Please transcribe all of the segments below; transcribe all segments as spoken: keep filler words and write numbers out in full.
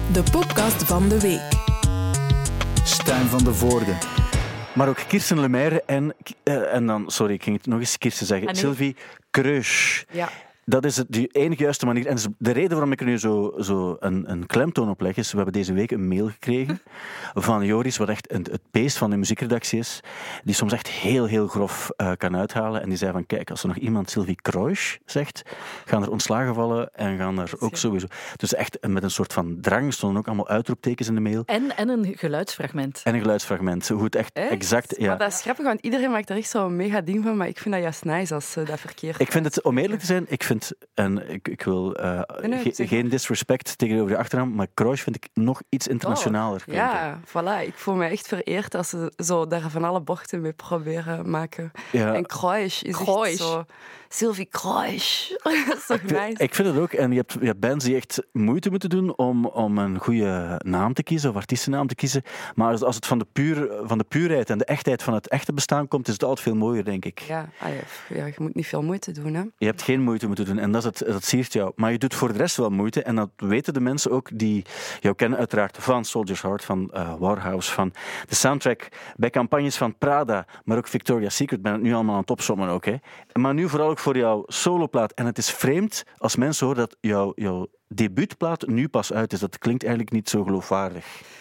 de podcast van de week. Stijn van de Voorde. Maar ook Kirsten Lemaire en, uh, en dan, sorry, ik ging het nog eens Kirsten zeggen, Ah, nee. Sylvie Kreusch. Ja. Dat is het, de enige juiste manier. En de reden waarom ik er nu zo, zo een, een klemtoon op leg is, we hebben deze week een mail gekregen van Joris, wat echt het, het beest van de muziekredactie is, die soms echt heel, heel grof uh, kan uithalen. En die zei van, kijk, als er nog iemand Sylvie Kreusch zegt, gaan er ontslagen vallen en gaan er ook sowieso... Dus echt met een soort van drang stonden ook allemaal uitroeptekens in de mail. En, en een geluidsfragment. En een geluidsfragment. Hoe het echt, echt? exact... Ja. Maar dat is grappig, want iedereen maakt er echt zo'n mega ding van, maar ik vind dat juist nice als ze dat verkeerd... Ik vind het, om eerlijk te zijn, ik vind... En ik, ik wil uh, nee, nee, ge- geen disrespect tegenover de achternaam, maar Kreusch vind ik nog iets internationaler. Oh, ja, voilà. Ik voel me echt vereerd als ze zo daar van alle bochten mee proberen maken. Ja. En Kreusch is Kreusch. echt zo... Sylvie Kreusch. Dat is toch Ik, nice? ik vind het ook. En je hebt, je hebt bands die echt moeite moeten doen om, om een goede naam te kiezen, of artiestennaam te kiezen. Maar als, als het van de, puur, van de puurheid en de echtheid van het echte bestaan komt, is het altijd veel mooier, denk ik. Ja, allee, ja, je moet niet veel moeite doen, hè. Je hebt geen moeite moeten doen en dat, is het, dat siert jou. Maar je doet voor de rest wel moeite en dat weten de mensen ook die jou kennen, uiteraard van Soldier's Heart, van uh, Warhouse, van de soundtrack bij campagnes van Prada, maar ook Victoria's Secret. Ik ben het nu allemaal aan het opsommen ook. Hè. Maar nu vooral ook voor jouw soloplaat. En het is vreemd als mensen horen dat jouw, jouw debuutplaat nu pas uit is. Dat klinkt eigenlijk niet zo geloofwaardig.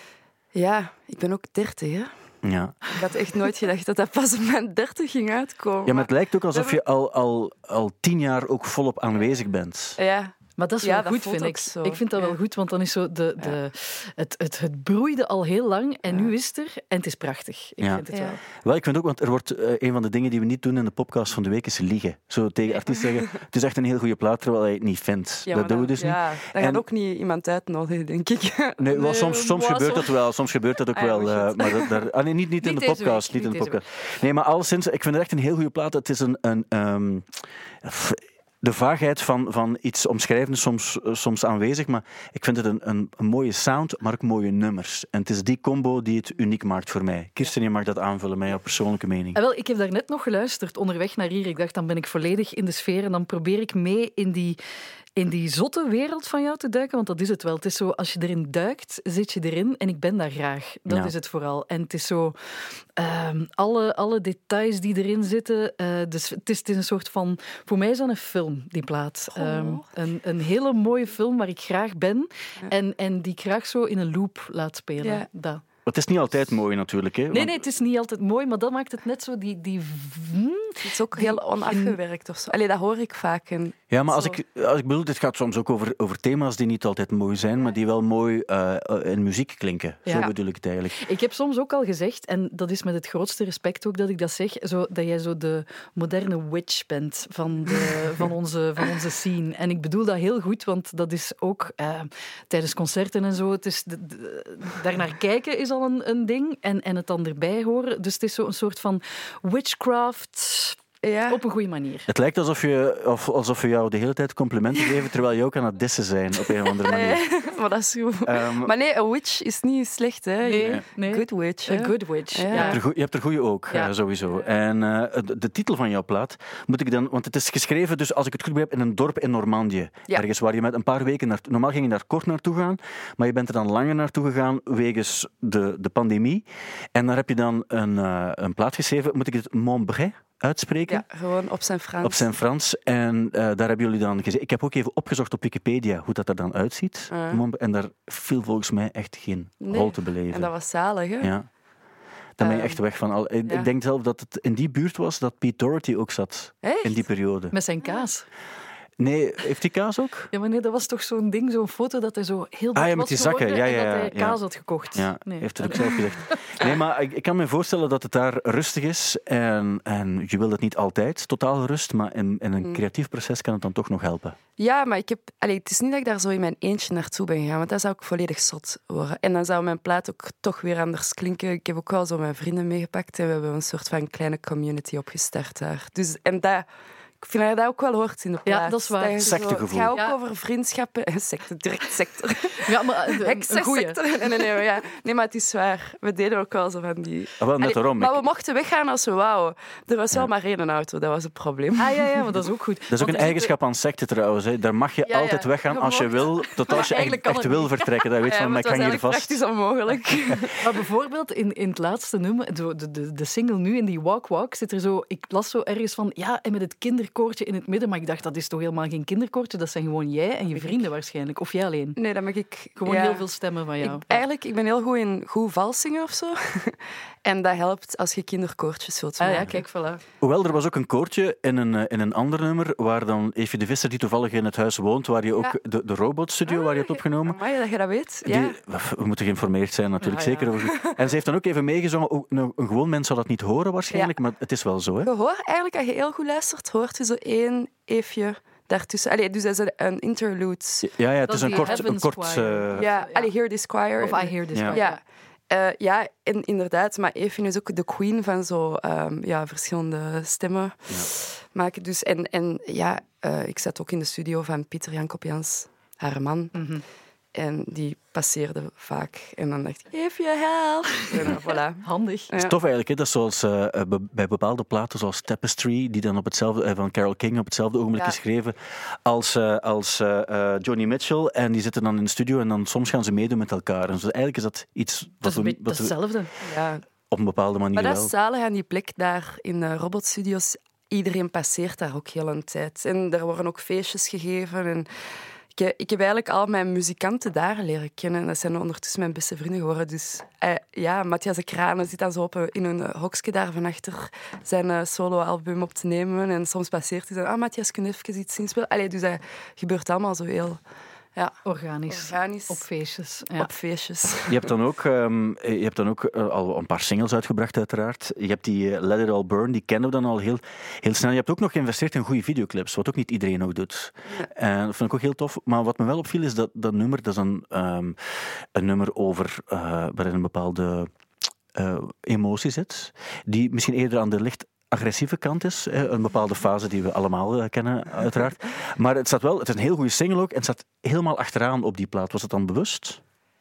Ja, ik ben ook dertig, hè. Ja. Ik had echt nooit gedacht dat dat pas op mijn dertig ging uitkomen. Ja, maar het lijkt ook alsof je al, al, al tien jaar ook volop aanwezig bent. Ja. Maar dat is Ja, wel dat goed, voelt vind ook ik. zo. Ik vind dat Ja. wel goed, want dan is zo de, de, het, het, het broeide al heel lang en Ja. nu is het er en het is prachtig. Ik Ja. vind het Ja. wel. Wel, ik vind ook, want er wordt uh, een van de dingen die we niet doen in de podcast van de week is liegen. Zo tegen artiesten zeggen, het is echt een heel goede plaat, terwijl hij het niet vindt. Ja, dat doen we dan- dus ja, niet. Dan En- gaat ook niet iemand uitnodigen, denk ik. Nee, wel, Nee, soms, soms maar gebeurt zo- dat wel. Soms gebeurt dat ook Ah, ja, wel. maar uh, goed. maar dat, daar, ah, nee, niet, niet in Niet de deze podcast. week, Niet in de niet deze podcast. Nee, maar alleszins, ik vind het echt een heel goede plaat. Het is een... een um, f- de vaagheid van, van iets omschrijven is soms, soms aanwezig, maar ik vind het een, een, een mooie sound, maar ook mooie nummers. En het is die combo die het uniek maakt voor mij. Kirsten, je mag dat aanvullen met jouw persoonlijke mening. Ah, wel, ik heb daar net nog geluisterd onderweg naar hier. Ik dacht, dan ben ik volledig in de sfeer en dan probeer ik mee in die, in die zotte wereld van jou te duiken, want dat is het wel. Het is zo, als je erin duikt, zit je erin en ik ben daar graag. Dat Ja. is het vooral. En het is zo, ehm, alle, alle details die erin zitten, uh, dus het is, het is een soort van, voor mij is dat een film, die plaat. Ehm, een, een hele mooie film waar ik graag ben Ja. en, en die ik graag zo in een loop laat spelen. Ja. Dat. Het is niet altijd mooi natuurlijk. Hè, Nee, want- nee, het is niet altijd mooi, maar dat maakt het net zo die... die Het is ook heel onafgewerkt of zo. Allee, dat hoor ik vaak. En Ja, maar als zo. ik, als ik bedoel, dit gaat soms ook over, over thema's die niet altijd mooi zijn, maar die wel mooi uh, in muziek klinken. Zo Ja. bedoel ik het eigenlijk. Ik heb soms ook al gezegd, en dat is met het grootste respect ook dat ik dat zeg, zo, dat jij zo de moderne witch bent van, de, van, onze, van onze scene. En ik bedoel dat heel goed, want dat is ook uh, tijdens concerten en zo. Het is de, de, daarnaar kijken is al een, een ding en, en het dan erbij horen. Dus het is zo een soort van witchcraft ja. op een goede manier. Het lijkt alsof, je, of, alsof we jou de hele tijd complimenten geven, terwijl je ook aan het dissen zijn op een of andere manier. Nee, maar dat is goed. Um, Maar nee, een witch is niet slecht, hè. Nee, nee. Good witch, hè. A good witch. Ja. Ja. Je hebt er, goe- je hebt er goeie ook, Ja. uh, sowieso. En uh, de, de titel van jouw plaat moet ik dan... Want het is geschreven, dus als ik het goed begrijp, in een dorp in Normandië. Ja. Ergens waar je met een paar weken... Naar, normaal ging je daar kort naartoe gaan, maar je bent er dan langer naartoe gegaan wegens de, de pandemie. En daar heb je dan een, uh, een plaat geschreven. Moet ik het Montbray uitspreken? Ja, gewoon op zijn Frans. Op zijn Frans. En uh, daar hebben jullie dan gezien. Ik heb ook even opgezocht op Wikipedia hoe dat er dan uitziet. Uh. Mont- En daar viel volgens mij echt geen Nee. hol te beleven. En dat was zalig, hè. Ja. Dan ben je Um, echt weg van al. Ik, ja. ik denk zelf dat het in die buurt was dat Pete Doherty ook zat. Echt? In die periode. Met zijn kaas. Nee, heeft hij kaas ook? Ja, maar nee, dat was toch zo'n ding, zo'n foto dat hij zo heel dik Ah, ja, met was die zakken. geworden Ja, ja, en dat ja, hij ja. kaas had gekocht. Ja, Nee. heeft het ook zelf gezegd. Nee, maar ik, ik kan me voorstellen dat het daar rustig is. En, en je wil het niet altijd, totaal rust. Maar in, in een Mm. creatief proces kan het dan toch nog helpen. Ja, maar ik heb, allee, het is niet dat ik daar zo in mijn eentje naartoe ben gegaan, want dat zou ik volledig zot worden. En dan zou mijn plaat ook toch weer anders klinken. Ik heb ook wel zo mijn vrienden meegepakt en we hebben een soort van kleine community opgestart daar. Dus, en dat, ik ik vind dat je dat ook wel hoort in de plaat. Ja, dat is waar. Sectegevoel. Het gaat ook Ja. over vriendschappen. Secte, direct sector. Ja, maar een, een goeie. Heksensector. Nee, nee, nee, ja. nee, maar het is waar. We deden ook wel zo van die... Ah, wel, net Allee, daarom. maar Ik- we mochten weggaan als we wouden. Er was wel Ja. maar één auto, dat was het probleem. Ah ja, ja, maar dat is ook goed. Dat is ook een eigenschap aan secte trouwens. Hè. Daar mag je Ja, ja. altijd weggaan Je als je mocht. wil, tot als je echt, eigenlijk kan echt het wil niet. vertrekken. Dat je weet Ja, van, maar maar het ik was hang hier eigenlijk vast. praktisch onmogelijk. Maar bijvoorbeeld in, in het laatste nummer, de, de, de, de single nu, in die Walk Walk, zit er zo... Ik las zo ergens van, ja, en met het kinderkoortje in het midden. Maar ik dacht, dat is toch helemaal geen kinderkoortje? Dat zijn gewoon jij en je vrienden waarschijnlijk. Of jij alleen. Nee, dat mag ik... Gewoon ja. heel veel stemmen van jou. Ik, eigenlijk, ik ben heel goed in goed vals zingen of zo. En dat helpt als je kinderkoortjes wilt Ah maken. ja, kijk, voilà. Hoewel, er was ook een koortje in een, eh, in een ander nummer, waar dan Evie de Visser, die toevallig in het huis woont, waar je ook Ja. de, de robotstudio waar je hebt opgenomen. Amai, dat je dat weet. Ja. Die, we moeten geïnformeerd zijn natuurlijk, Ja, ja. zeker. Over- En ze heeft dan ook even meegezongen. Ook, een, een gewoon mens zal dat niet horen waarschijnlijk, maar het is wel zo. Hè? Je hoort eigenlijk, als je heel goed luistert, hoort je zo één eefje daartussen. Allee, dus dat is een, een interlude. Ja, ja, het Dat is is een die kort... Een Heaven's kort Choir. eh, Ja, allee, Hear This Choir. Of I Hear This. Ja. Ja. Ja, Eh, ja en inderdaad. Maar Evie is ook de queen van zo ehm, ja, verschillende stemmen maken. Dus, en, en ja, eh, ik zat ook in de studio van Pieter Jan Kopjans, haar man. Mhm. En die passeerde vaak. En dan dacht ik, Evie, help. En dan, voilà. Handig. Ja. Het is tof eigenlijk, hè? Dat is zoals eh, be- bij bepaalde platen, zoals Tapestry, die dan op hetzelfde, eh, van Carole King op hetzelfde ogenblik Ja. geschreven als, eh, als eh, eh, Johnny Mitchell. En die zitten dan in de studio en dan soms gaan ze meedoen met elkaar. En dus eigenlijk is dat iets Dat wat is een we, beetje wat we hetzelfde. Ja. op een bepaalde manier Maar dat wel... is zalig aan die plek daar in de robotstudios. Iedereen passeert daar ook heel een tijd. En er worden ook feestjes gegeven. En ik, heb, ik heb eigenlijk al mijn muzikanten daar leren kennen. En dat zijn ondertussen mijn beste vrienden geworden. Dus eh, ja, Matthias de Kranen zit dan zo op een, in een hokje daar van achter zijn uh, soloalbum op te nemen. En soms passeert hij zo, ah, Matthias, kun je even iets inspelen? Allee, dus dat gebeurt allemaal zo heel ja, Organisch. organisch Op feestjes. Ja. op feestjes. Je hebt dan ook, um, je hebt dan ook uh, al een paar singles uitgebracht, uiteraard. Je hebt die uh, Let It All Burn, die kennen we dan al heel, heel snel. Je hebt ook nog geïnvesteerd in goede videoclips, wat ook niet iedereen ook doet. Ja. En dat vind ik ook heel tof. Maar wat me wel opviel is dat dat nummer, dat is een, um, een nummer over, uh, waarin een bepaalde uh, emotie zit, die misschien eerder aan de licht agressieve kant is. Een bepaalde fase die we allemaal kennen, uiteraard. Maar het staat wel, het is een heel goede single ook en het staat helemaal achteraan op die plaat. Was het dan bewust?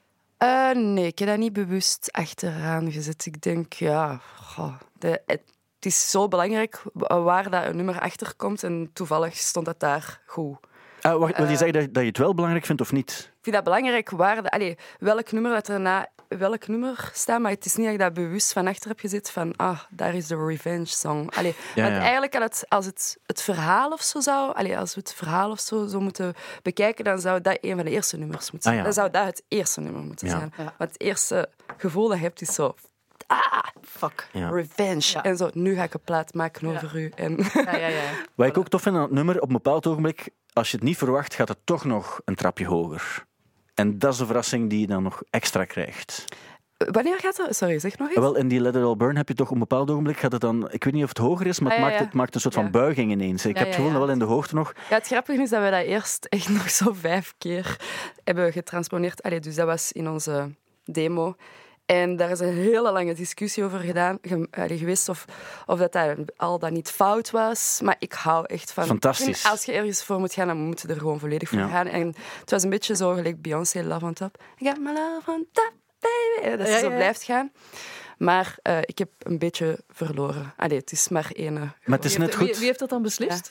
Uh, nee, ik heb dat niet bewust achteraan gezet. Ik denk, ja, goh, de, het is zo belangrijk waar dat een nummer achter komt en toevallig stond dat daar goed. Uh, wacht, wil je Uh, zeggen dat, dat je het wel belangrijk vindt of niet? Ik vind dat belangrijk waar... De, allee, welk nummer dat erna welk nummer staat, maar het is niet dat ik dat bewust van achter heb gezet van ah, daar is de revenge song. Allee, Ja, want ja. eigenlijk had het, als het het verhaal of zo zou... Allee, als we het verhaal of zo, zo moeten bekijken, dan zou dat een van de eerste nummers moeten zijn. Ah, ja. Dan zou dat het eerste nummer moeten Ja. zijn. Ja. Want het eerste gevoel dat je hebt is zo... Ah, Fuck. Ja. revenge. Ja. En zo, nu ga ik een plaat maken Ja. over u. En Ja, ja, ja. Wat ik ook tof vind aan het nummer, op een bepaald ogenblik, als je het niet verwacht, gaat het toch nog een trapje hoger. En dat is de verrassing die je dan nog extra krijgt. Wanneer gaat dat? Sorry, zeg nog eens. Wel, in die Let It All Burn heb je toch op een bepaald ogenblik, gaat het dan, ik weet niet of het hoger is, maar het, Ah, ja, maakt, ja. het maakt een soort van Ja. buiging ineens. Ik Ja, heb het ja, gevoel ja. dat wel in de hoogte nog. Ja, het grappige is dat we dat eerst echt nog zo vijf keer hebben getransponeerd. Allee, dus dat was in onze demo. En daar is een hele lange discussie over gedaan, ge- allee, geweest of, of dat, dat al dan niet fout was. Maar ik hou echt van... Fantastisch. Ik vind, als je ergens voor moet gaan, dan moet je er gewoon volledig voor Ja. gaan. En het was een beetje zo gelijk Beyoncé, Love on Top. I got my love on top, baby. En dat ze Ja, zo ja, ja. blijft gaan. Maar uh, ik heb een beetje verloren. Allee, het is maar één. Maar het is Wie net heeft- wie, goed. wie heeft dat dan beslist?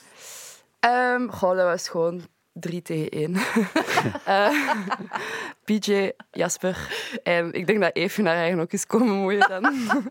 Um, goh, dat was gewoon drie tegen één. uh, P J, Jasper. En ik denk dat Evie naar eigen ook is komen moeien dan.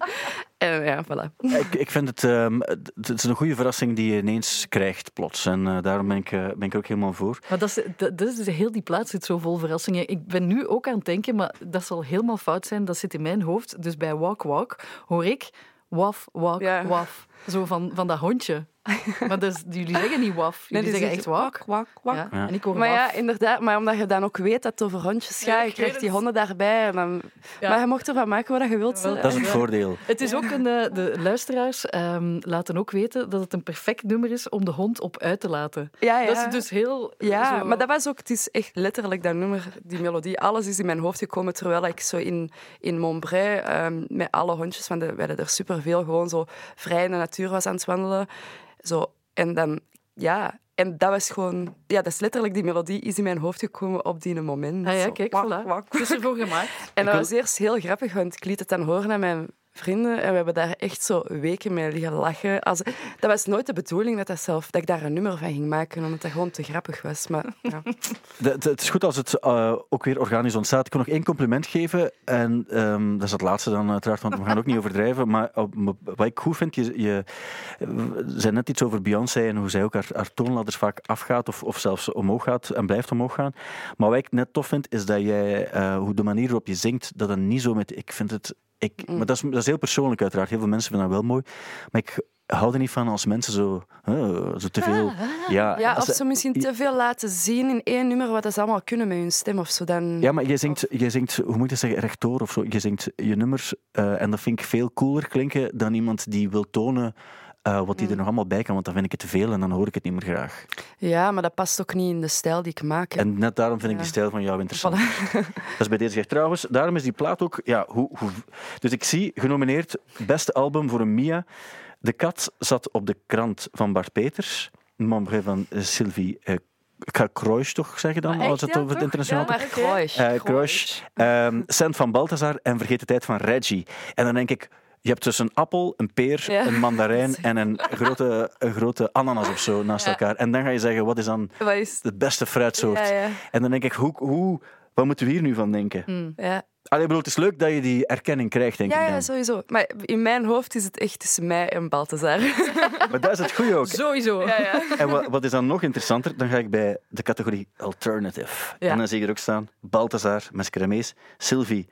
En ja, voilà. Ik, ik vind het, um, het is een goede verrassing die je ineens krijgt, plots. En uh, daarom ben ik, uh, ben ik er ook helemaal voor. Maar dat is, dat, dat is dus heel die plaats zit zo vol verrassingen. Ik ben nu ook aan het denken, maar dat zal helemaal fout zijn. Dat zit in mijn hoofd. Dus bij Walk Walk hoor ik waf, walk, Ja. waf. Zo van, van dat hondje. Maar dat is, jullie zeggen niet waf, jullie die zeggen zeggen echt walk. Wak, wak. Ja. Ja. En ik hoor Maar ja, waf. inderdaad. Maar omdat je dan ook weet dat het over hondjes gaat, Ja, je ik krijgt weet die het. honden daarbij. En dan... Ja. Maar je mocht ervan maken wat je wilt. Wel, hè. Dat is het Ja. voordeel. Het is ook een, eh, de luisteraars ehm, laten ook weten dat het een perfect nummer is om de hond op uit te laten. Ja, ja. Dat is dus heel... Ja, zo- maar dat was ook, het is echt letterlijk dat nummer, die melodie. Alles is in mijn hoofd gekomen terwijl ik zo in, in Montbray um, met alle hondjes, van de, we hadden er superveel, gewoon zo vrij in de natuur was aan het wandelen. Zo, en dan ja, en dat was gewoon... Ja, dat is letterlijk, die melodie is in mijn hoofd gekomen op die moment. Ah ja, Zo, kijk, wak, voilà. wak. Het is ervoor gemaakt. En dat wil- was eerst heel grappig, want ik liet het dan horen aan mijn vrienden en we hebben daar echt zo weken mee liggen lachen. Als, dat was nooit de bedoeling dat, dat, zelf, dat ik daar een nummer van ging maken, omdat dat gewoon te grappig was. Maar, ja. De, de, het is goed als het uh, ook weer organisch ontstaat. Ik wil nog één compliment geven. En um, dat is het laatste dan uiteraard, want we gaan ook niet overdrijven. Maar op, wat ik goed vind, je, je zei net iets over Beyoncé en hoe zij ook haar, haar toonladders vaak afgaat of, of zelfs omhoog gaat en blijft omhoog gaan. Maar wat ik net tof vind, is dat jij, uh, hoe de manier waarop je zingt, dat het niet zo met... Ik vind het... Ik, maar dat is, dat is heel persoonlijk uiteraard. Heel veel mensen vinden dat wel mooi. Maar ik hou er niet van als mensen zo, uh, zo te veel... Ja, ja, als of ze misschien te veel laten zien in één nummer wat ze allemaal kunnen met hun stem of zo. Dan... Ja, maar je zingt, je zingt, hoe moet je zeggen, rechtdoor of zo. Je zingt je nummers uh, en dat vind ik veel cooler klinken dan iemand die wil tonen uh, wat hij er nog allemaal bij kan, want dan vind ik het te veel en dan hoor ik het niet meer graag. Ja, maar dat past ook niet in de stijl die ik maak. Hè. En net daarom vind ik Ja. die stijl van jou interessant. Voilà. Dat is bij deze gezegd. Trouwens, daarom is die plaat ook... Ja, hoe, hoe, dus ik zie genomineerd beste album voor een Mia. De Kat zat op de krant van Bart Peters. Membre van uh, Sylvie uh, ik ga Kroijs toch zeggen dan, Maar als het echt, ja, over het toch? internationaal... Ja, maar Kroijs. Uh, Kroijs, um, Cent van Balthazar en Vergeet de tijd van Reggie. En dan denk ik, je hebt dus een appel, een peer, Ja. een mandarijn en een grote, een grote ananas of zo naast Ja. elkaar. En dan ga je zeggen, wat is dan Wat is... de beste fruitsoort? Ja, ja. En dan denk ik, hoe, hoe, wat moeten we hier nu van denken? Mm. Ja. Allee, bedoel, het is leuk dat je die erkenning krijgt, denk Ja, ik ja, dan. sowieso. Maar in mijn hoofd is het echt tussen mij en Balthazar. Maar dat is het goede ook. Sowieso. Ja, ja. En wat, wat is dan nog interessanter? Dan ga ik bij de categorie Alternative. Ja. En dan zie je er ook staan Balthazar, Mescaramees, Sylvie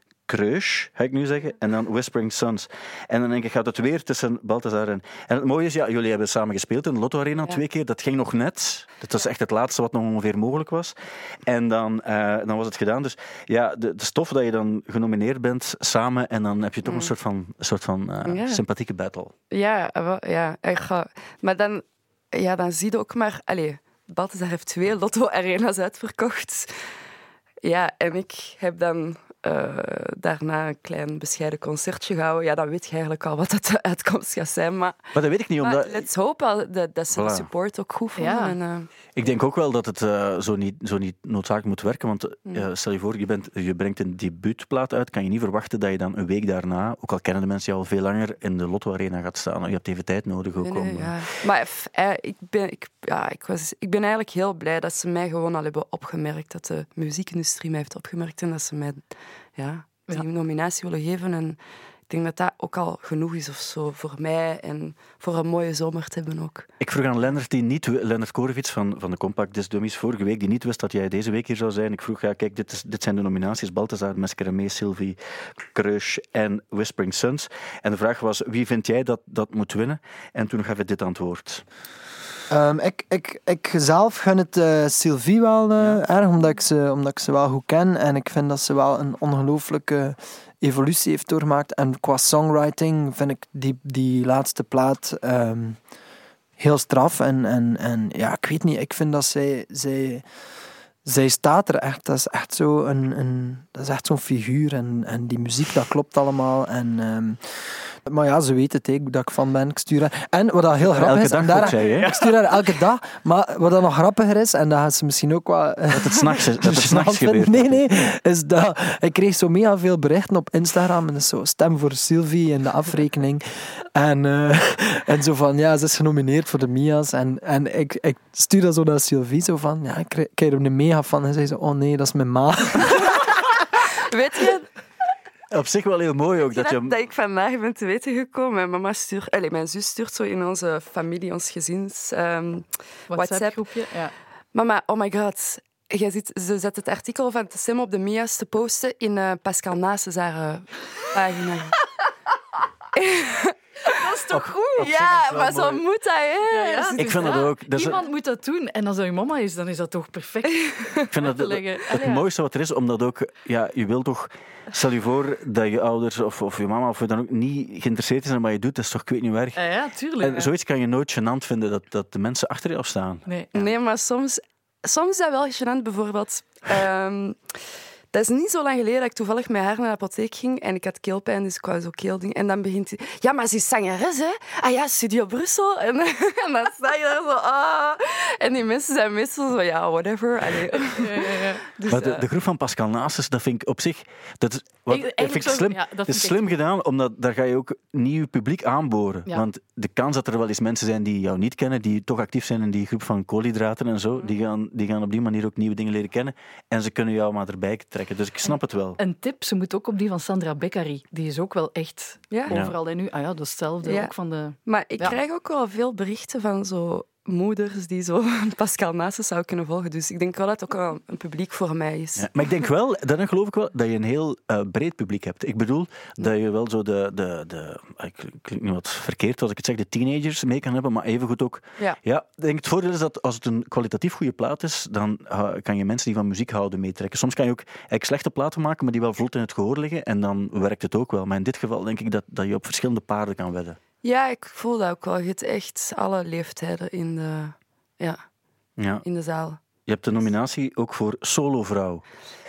Kreus, ga ik nu zeggen, en dan Whispering Sons. En dan denk ik, gaat het weer tussen Balthazar en... En het mooie is, ja, jullie hebben samen gespeeld in de Lotto Arena Ja. twee keer. Dat ging nog net. Dat was echt het laatste wat nog ongeveer mogelijk was. En dan, uh, dan was het gedaan. Dus ja, de, de stof dat je dan genomineerd bent samen en dan heb je toch Mm. een soort van, een soort van uh, Ja. sympathieke battle. Ja, wel, ja. Ik ga... Maar dan, ja, dan zie je ook maar... Allee, Balthazar heeft twee Lotto-arena's uitverkocht. Ja, en ik heb dan uh, daarna een klein bescheiden concertje gehouden. Ja, dan weet je eigenlijk al wat dat de uitkomst gaat zijn. Maar, Maar dat weet ik niet, omdat... maar let's hope al dat, dat ze de Voilà. support ook goed vonden. Ja. En, uh, Ik denk ook wel dat het uh, zo, niet, zo niet noodzakelijk moet werken. Want Mm. uh, stel je voor, je, bent, je brengt een debuutplaat uit. Kan je niet verwachten dat je dan een week daarna, ook al kennen de mensen je al veel langer, in de Lotto Arena gaat staan. Je hebt even tijd nodig ook nee, nee, om... uh, ja. Maar f- eh, ik, ben, ik, ja, ik, was, ik ben eigenlijk heel blij dat ze mij gewoon al hebben opgemerkt. Dat de muziekindustrie mij heeft opgemerkt en dat ze mij ja, die Ja. nominatie willen geven. En ik denk dat dat ook al genoeg is of zo voor mij en voor een mooie zomer te hebben ook. Ik vroeg aan Lennart, die niet, Lennart Korevits van, van de Compact Disc Dummies vorige week, die niet wist dat jij deze week hier zou zijn. Ik vroeg, ja, kijk, dit, is, dit zijn de nominaties. Balthazar, Mescaramees, Sylvie Kreus en Whispering Sons. En de vraag was, wie vind jij dat dat moet winnen? En toen gaf hij dit antwoord. Um, ik, ik, ik zelf gun het uh, Sylvie wel uh, ja. erg, omdat ik, ze, omdat ik ze wel goed ken. En ik vind dat ze wel een ongelooflijke evolutie heeft doorgemaakt. En qua songwriting vind ik die, die laatste plaat um, heel straf. En, en, en ja, ik weet niet, ik vind dat zij... zij Zij staat er echt, dat is echt zo een, een dat is echt zo'n figuur en, en die muziek, dat klopt allemaal. En, um, maar ja, ze weet het, he, dat ik van ben. Ik stuur haar. En wat dat heel grappig elke is, dag en daar, ook, zei je, hè? ik stuur haar elke dag, maar wat dat nog grappiger is, en dat gaat ze misschien ook wel... Dat het s'nachts dat het s'nachts gebeurt. Nee, nee, is dat ik kreeg zo mega veel berichten op Instagram en zo stem voor Sylvie in de afrekening. En, uh, en zo van, ja, ze is genomineerd voor de Mia's. En, en ik, ik stuur dat zo naar Sylvie, zo van, ja, ik krijg, ik krijg er een mega van. En zei ze, oh nee, dat is mijn ma. Weet je... Op zich wel heel mooi ook. Dat, dat, je... dat ik vandaag ben te weten gekomen. Mijn, mama stuurt, allez, mijn zus stuurt zo in onze familie, ons gezins... Um, WhatsApp-groepje, ja. Mama, oh my god. Jij ziet, ze zet het artikel van Tessem op de Mia's te posten in uh, Pascal Naast's haar uh, pagina. Dat is toch goed? Op zich Ja, is het wel maar zo mooi. moet dat, hè. Ja, ja. Dus Ik vind dat ook. Dat is- Iemand moet dat doen. En als dat je mama is, dan is dat toch perfect. Ik vind dat te het, leggen. het Ah, ja. mooiste wat er is, omdat ook, ja, je wilt toch, stel je voor dat je ouders of, of je mama of je dan ook niet geïnteresseerd is in wat je doet, dat is toch, ik weet niet erg. Ja, ja, tuurlijk. En zoiets kan je nooit gênant vinden, dat, dat de mensen achter jou staan. Nee. Nee, maar soms, soms is dat wel gênant. Bijvoorbeeld, um, Dat is niet zo lang geleden dat ik toevallig met haar naar de apotheek ging en ik had keelpijn, dus ik wou zo keelding. En dan begint hij... Ja, maar ze is zangeres, hè? Ah ja, Studio Brussel. En, en dan sta je daar zo... Ah. En die mensen zijn meestal zo... Ja, whatever. Allee. Ja, ja, ja. Dus, maar de, uh, de groep van Pascal Naasters, dat vind ik op zich... Dat is, wat, Ik- dat vind ik zo- slim, ja, dat het is vind ik slim gedaan, omdat daar ga je ook nieuw publiek aanboren. Ja. Want de kans dat er wel eens mensen zijn die jou niet kennen, die toch actief zijn in die groep van koolhydraten en zo, die gaan, die gaan op die manier ook nieuwe dingen leren kennen. En ze kunnen jou maar erbij trekken. Dus ik snap het wel. Een tip, ze moet ook op die van Sandra Beccari. Die is ook wel echt Ja. overal. En nu, ah ja, dat is hetzelfde. Ja. Ook van de... Maar ik Ja. krijg ook wel veel berichten van zo moeders die zo Pascal Naasters zou kunnen volgen. Dus ik denk wel dat het ook wel een publiek voor mij is. Ja, maar ik denk wel, dan geloof ik wel, dat je een heel uh, breed publiek hebt. Ik bedoel, dat je wel zo de, de, de ik klinkt nu wat verkeerd als ik het zeg, de teenagers mee kan hebben, maar evengoed ook... Ja. Ja, ik denk het voordeel is dat als het een kwalitatief goede plaat is, dan uh, kan je mensen die van muziek houden meetrekken. Soms kan je ook eigenlijk slechte platen maken, maar die wel vlot in het gehoor liggen, en dan werkt het ook wel. Maar in dit geval denk ik dat, dat je op verschillende paarden kan wedden. Ja, ik voel dat ook wel. Je hebt echt alle leeftijden in de, ja, Ja. in de zaal. Je hebt de nominatie ook voor solovrouw.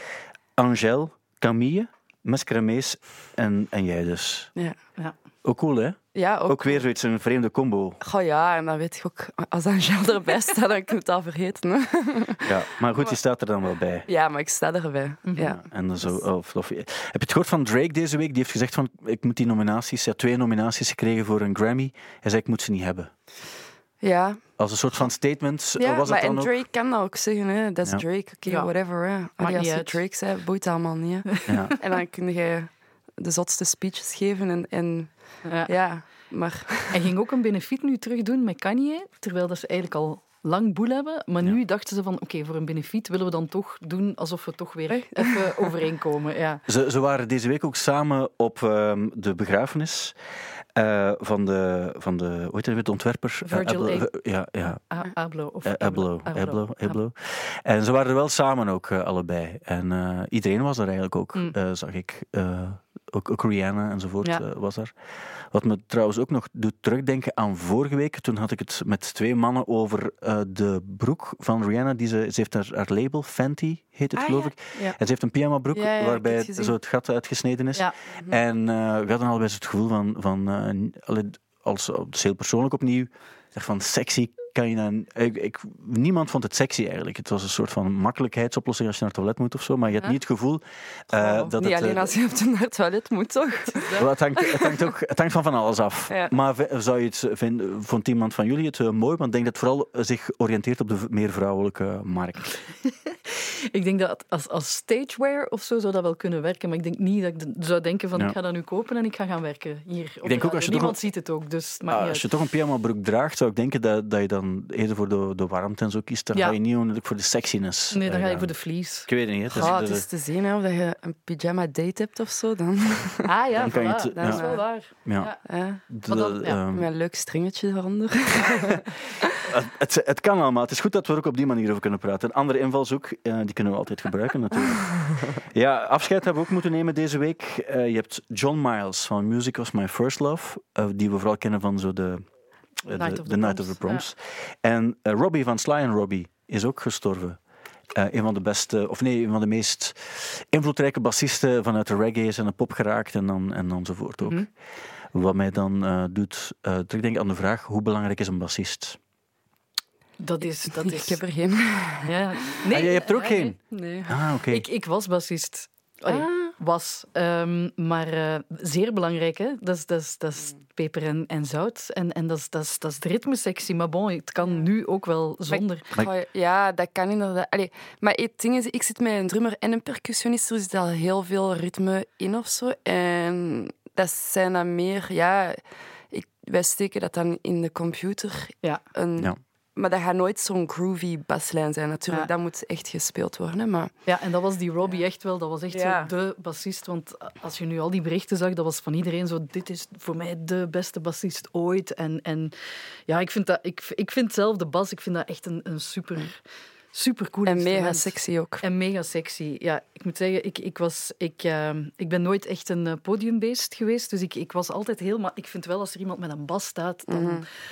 Angèle, Camille, Mescremees en, en jij dus. Ja, Ja. Ook cool, hè? ja ook. Ook weer zoiets, een vreemde combo. Goh, ja, en dan weet je ook, als Angèle erbij staat, dan kun je het al vergeten. Hè? Ja, maar goed, die staat er dan wel bij. Ja, maar ik sta erbij. Ja. En dan zo, of, of, heb je het gehoord van Drake deze week? Die heeft gezegd van, ik moet die nominaties... Hij had twee nominaties gekregen voor een Grammy. Hij zei, ik moet ze niet hebben. Ja, Als een soort van statement ja was maar het dan en ook... Drake kan dat ook zeggen. Hè. Dat is Ja. Drake, oké, Ja. whatever. Hè. Allee, niet als je uit. Drake zei, boeit allemaal niet. Hè. Ja. En dan kun je de zotste speeches geven. En, en Ja. ja, maar... Hij ging ook een benefiet nu terug doen met Kanye, terwijl dat ze eigenlijk al lang boel hebben. Maar nu dachten ze van, oké, okay, voor een benefiet willen we dan toch doen alsof we toch weer even overeenkomen. Ja. Ze, ze waren deze week ook samen op um, de begrafenis uh, van de, van de, hoe heet het, de ontwerper? Virgil uh, Abloh, A. ja, ja. A- Abloh. Of Uh, Abloh, Abloh, Abloh. En ze waren er wel samen ook, uh, allebei. En uh, iedereen was er eigenlijk ook, Mm. uh, zag ik. Uh, ook, ook Rihanna enzovoort Ja. uh, was er. Wat me trouwens ook nog doet terugdenken aan vorige week. Toen had ik het met twee mannen over uh, de broek van Rihanna. Die ze, ze heeft haar, haar label, Fenty heet het, Ah, geloof ja. ik. Ja. En ze heeft een pyjama-broek Ja, ja, ik waarbij heb het het gezien. zo het gat uitgesneden is. Ja. En uh, we hadden allebei zo het gevoel van, van uh, allee, als, het is heel persoonlijk opnieuw, zeg van sexy kan je dan... Ik, ik, niemand vond het sexy eigenlijk. Het was een soort van makkelijkheidsoplossing als je naar het toilet moet of zo, maar je hebt Ja. niet het gevoel uh, Oh, dat niet het... alleen uh, als je op de naar het toilet moet, toch? wel, het, hangt, het, hangt ook, het hangt van van alles af. Ja. Maar v- zou je het vinden, vond iemand van jullie het uh, mooi? Want ik denk dat het vooral uh, zich oriënteert op de v- meer vrouwelijke markt. Ik denk dat als, als stagewear of zo zou dat wel kunnen werken, maar ik denk niet dat ik de- zou denken van Ja. ik ga dat nu kopen en ik ga gaan werken hier. op denk de ook als je radio. Niemand toch ziet het ook, dus het maakt Ah, niet als je uit. toch een pyjama-broek draagt, zou ik denken dat, dat je dan eerder voor de, de warmte en zo kiest. Dan Ja. ga je niet onmiddellijk voor de sexiness. Nee, dan uh, ga je gaan. voor de vlies. Ik weet het niet. Hè. Dat is- Oh, dat het is- is te zien hè, of dat je een pyjama date hebt of zo. Dan. Ah ja, Dan kan je voilà, het- dat is ja. wel waar. ja. Ja. Ja, De- Maar dan- ja, ehm, met een leuk stringetje eronder. het, het, het kan allemaal. Het is goed dat we er ook op die manier over kunnen praten. Een andere invalshoek, uh, die kunnen we altijd gebruiken natuurlijk. Ja, afscheid hebben we ook moeten nemen deze week. Uh, je hebt John Miles van Music Was My First Love, uh, die we vooral kennen van zo de, uh, Night de, of de the Night Proms, of the Proms. En uh, Robbie van Sly and Robbie is ook gestorven. Uh, een van de beste, of nee, een van de meest invloedrijke bassisten vanuit de reggae is en de pop geraakt en dan en enzovoort ook. Mhm. Wat mij dan uh, doet uh, terugdenken aan de vraag, hoe belangrijk is een bassist? Dat is... Dat is Ik heb er geen. ja. Ah, jij hebt er ook ja, geen? Nee. Ah, oké. Ik, ik was bassist. Allee, Ah. was. Ehm, maar eh, zeer belangrijk, hè. Dat is, dat is, dat is peper en, en zout. En, en dat, is, dat, is, dat is de ritmesectie. Maar bon, het kan nu ook wel zonder. Maar- Goh, ja, dat kan inderdaad. Allee, maar het ding is, ik zit met een drummer en een percussionist. Er zit al heel veel ritme in of zo. En dat zijn dan meer... Ja, ik, wij steken dat dan in de computer. Ja. Een, Ja. Maar dat gaat nooit zo'n groovy baslijn zijn, natuurlijk. Ja. Dat moet echt gespeeld worden. Hè, maar... Ja, en dat was die Robbie echt wel. Dat was echt Ja. zo de bassist. Want als je nu al die berichten zag, dat was van iedereen zo... Dit is voor mij de beste bassist ooit. En, en ja, ik vind, dat, ik, ik vind zelf de bas, ik vind dat echt een, een super... Super cool En instrument. mega sexy ook. En mega sexy. Ja, ik moet zeggen, ik, ik, was, ik, uh, ik ben nooit echt een uh, podiumbeest geweest. Dus ik, ik was altijd helemaal... Ik vind wel, als er iemand met een bas staat, dan... Mm-hmm.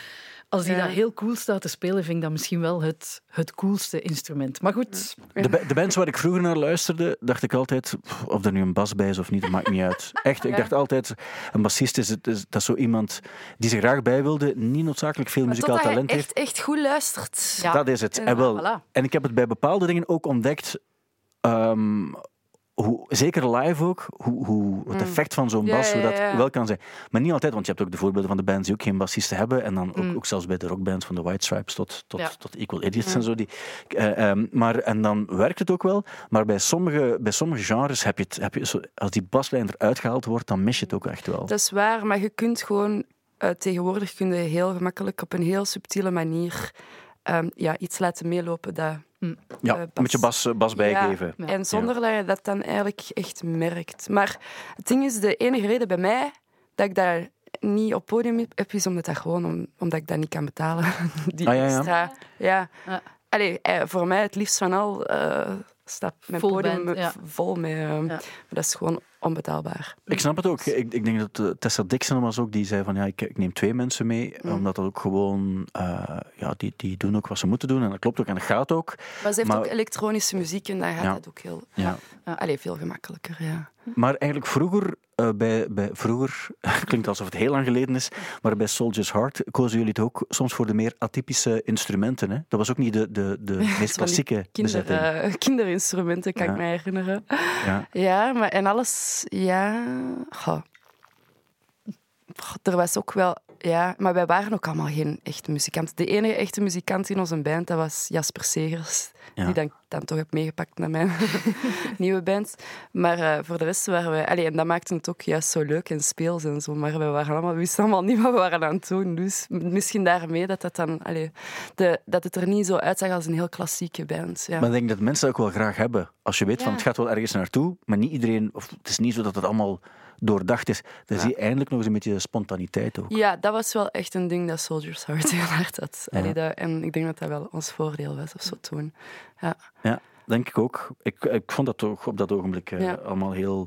Als die Ja. dat heel cool staat te spelen, vind ik dat misschien wel het, het coolste instrument. Maar goed, De, ba- de bands waar ik vroeger naar luisterde, dacht ik altijd, pff, of er nu een bas bij is of niet, dat maakt niet uit. Echt, ik Ja. dacht altijd, een bassist is, het- is dat zo iemand die zich graag bij wilde, niet noodzakelijk veel Maar muzikaal totdat talent je heeft. echt, echt goed luistert. Ja. Dat is het. En- En, wel, voilà. en ik heb het bij bepaalde dingen ook ontdekt, ehm, hoe, zeker live ook, hoe, hoe het effect van zo'n Ja, bas, ja, hoe dat ja. wel kan zijn. Maar niet altijd, want je hebt ook de voorbeelden van de bands die ook geen bassisten hebben. En dan ook, Mm. ook zelfs bij de rockbands van de White Stripes tot, tot, Ja. tot Equal Idiots en zo. Die, eh, ehm, maar, en dan werkt het ook wel. Maar bij sommige, bij sommige genres heb je het, heb je zo, als die baslijn eruit gehaald wordt, dan mis je het ook echt wel. Dat is waar, maar je kunt gewoon... Uh, tegenwoordig kun je heel gemakkelijk op een heel subtiele manier um, ja, iets laten meelopen dat... Ja, uh, een beetje bas, bas bijgeven. Ja, en zonder dat je dat dan eigenlijk echt merkt. Maar het ding is, de enige reden bij mij dat ik dat niet op podium heb, is omdat, dat gewoon om, omdat ik dat niet kan betalen. Die Ah, ja, ja. extra... Ja. Ja. Allee, eh, voor mij het liefst van al uh, staat mijn Vol podium band, ja. vol met... Uh, Ja. maar dat is gewoon onbetaalbaar. Ik snap het ook. Ik, ik denk dat uh, Tessa Dixon was ook, die zei van ja, ik, ik neem twee mensen mee, Mm. omdat dat ook gewoon, uh, ja, die, die doen ook wat ze moeten doen en dat klopt ook en dat gaat ook. Maar ze heeft Maar- ook elektronische muziek en dan gaat Ja. dat ook heel... Ja. Uh, allee, veel gemakkelijker, ja. Maar eigenlijk vroeger, uh, bij, bij, vroeger klinkt alsof het heel lang geleden is, maar bij Soldier's Heart kozen jullie het ook soms voor de meer atypische instrumenten. Hè? Dat was ook niet de, de, de meest Van die klassieke Kinder, bezetting. uh, kinderinstrumenten, kan Ja. ik me herinneren. Ja. Ja, maar en alles... Ja... Goh. Goh, er was ook wel... Ja, maar wij waren ook allemaal geen echte muzikanten. De enige echte muzikant in onze band, dat was Jasper Segers. Ja. Die dan, dan toch heb meegepakt naar mijn nieuwe band. Maar uh, voor de rest waren wij... Allee, en dat maakte het ook juist zo leuk en speels en zo. Maar we, waren allemaal, we wisten allemaal niet wat we waren aan het doen. Dus misschien daarmee dat, dat, dan, allee, de, dat het er niet zo uitzag als een heel klassieke band. Ja. Maar ik denk dat mensen dat ook wel graag hebben. Als je weet van Ja. het gaat wel ergens naartoe, maar niet iedereen, of het is niet zo dat het allemaal doordacht is. Dan Ja. zie je eindelijk nog eens een beetje spontaniteit ook. Ja, dat was wel echt een ding dat Soldier's Heart heel hard had. Ja. Allee, dat, en ik denk dat dat wel ons voordeel was of zo toen. Ja. Ja, denk ik ook. Ik, ik vond dat toch op dat ogenblik uh, Ja. allemaal heel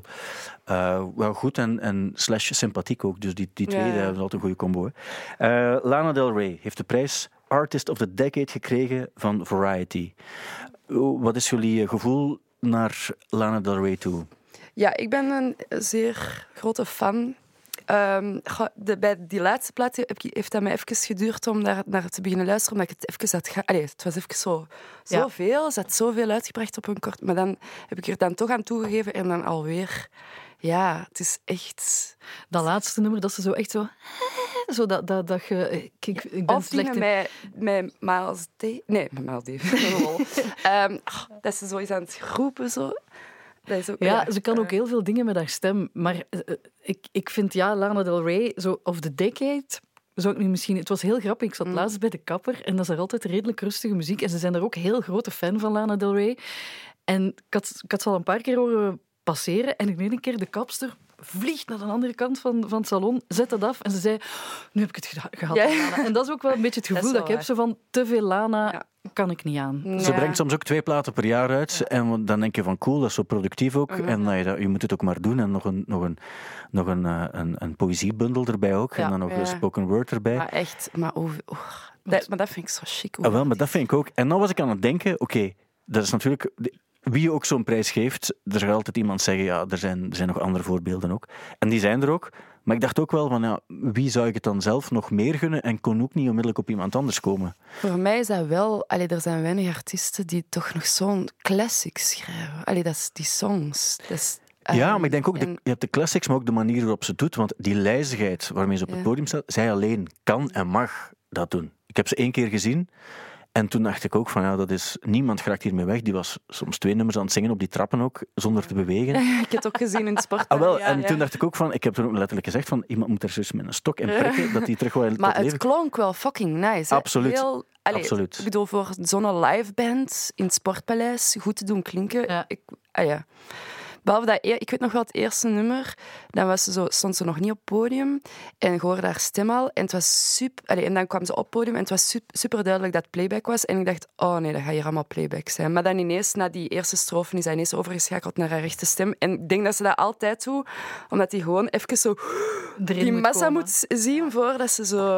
uh, wel goed en, en slash sympathiek ook. Dus die, die twee Ja, ja. dat is altijd een goede combo. Hè. Uh, Lana Del Rey heeft de prijs Artist of the Decade gekregen van Variety. Uh, wat is jullie gevoel naar Lana Del Rey toe? Ja, ik ben een zeer grote fan. Um, goh, de, bij die laatste plaat heb, heeft dat mij even geduurd om daar naar te beginnen luisteren, omdat ik het even had... Ge- Allee, het was even zo... Ja. Zoveel, ze had zoveel uitgebracht op een kort... Maar dan heb ik er dan toch aan toegegeven en dan alweer... Ja, het is echt... dat laatste nummer, dat ze zo echt zo... Zo dat, dat, dat je... Ik, ik, ik ben Of slecht dingen in... met, met Miles Davis... Nee, met Miles Davis. um, oh, dat ze zo is aan het roepen, zo... Dat is ook, Ja, ze kan uh, ook heel veel dingen met haar stem. Maar uh, ik, ik vind, ja, Lana Del Rey, zo of the Decade... Zou ik nu misschien... Het was heel grappig. Ik zat Mm. laatst bij de kapper en dat is er altijd redelijk rustige muziek. En ze zijn er ook heel grote fan van, Lana Del Rey. En ik had, ik had ze al een paar keer horen passeren en in één keer de kapster vliegt naar de andere kant van, van het salon, zet dat af en ze zei, nu heb ik het geda- gehad Ja. met Lana. En dat is ook wel een beetje het Dat is gevoel dat, wel ik heb, zo van, te veel Lana Ja. kan ik niet aan. Ze ja. brengt soms ook twee platen per jaar uit. En dan denk je van cool, dat is zo productief ook. Mhm. En uh, je moet het ook maar doen. En nog een, nog een, nog een, uh, een, een poëziebundel erbij ook. Ja. En dan nog Ja. een spoken word erbij. Maar echt, maar, oh, oh, dat, maar dat vind ik zo chic. Ah, wel, maar dat vind ik ook. En dan was ik aan het denken, oké, okay, dat is natuurlijk... Wie ook zo'n prijs geeft, er zal altijd iemand zeggen, ja, er zijn, er zijn nog andere voorbeelden ook. En die zijn er ook. Maar ik dacht ook wel van, ja, wie zou ik het dan zelf nog meer gunnen en kon ook niet onmiddellijk op iemand anders komen? Voor mij is dat wel... Allee, er zijn weinig artiesten die toch nog zo'n classic schrijven. Allee, dat is die songs. Dat is, Ja, um, maar ik denk ook, de, en- je hebt de classics, maar ook de manier waarop ze het doet. Want die lijzigheid waarmee ze op het Ja. podium staat, zij alleen kan en mag dat doen. Ik heb ze één keer gezien en toen dacht ik ook van, ja, dat is... Niemand geraakt hiermee weg. Die was soms twee nummers aan het zingen op die trappen ook, zonder te bewegen. Ik heb het ook gezien in het sport. Ah, wel, ja, en ja. toen dacht ik ook van, ik heb er ook letterlijk gezegd van, iemand moet er dus met een stok in prikken, dat die terug wel tot Maar het leven... klonk wel fucking nice. Hè? Absoluut. Heel, allee, Absoluut. Ik bedoel, voor zo'n liveband in het Sportpaleis goed te doen klinken. Ja. Ik, ah ja. Behalve dat, e- ik weet nog wel het eerste nummer, dan was ze zo, stond ze nog niet op het podium en ik hoorde haar stem al. En, het was super, allee, en dan kwam ze op het podium en het was super, super duidelijk dat het playback was. En ik dacht, oh nee, dat gaat hier allemaal playback zijn. Maar dan ineens, na die eerste strofe, is hij ineens overgeschakeld naar haar rechte stem. En ik denk dat ze dat altijd doet, omdat hij gewoon even zo Erin die moet massa komen. moet zien voordat ze zo...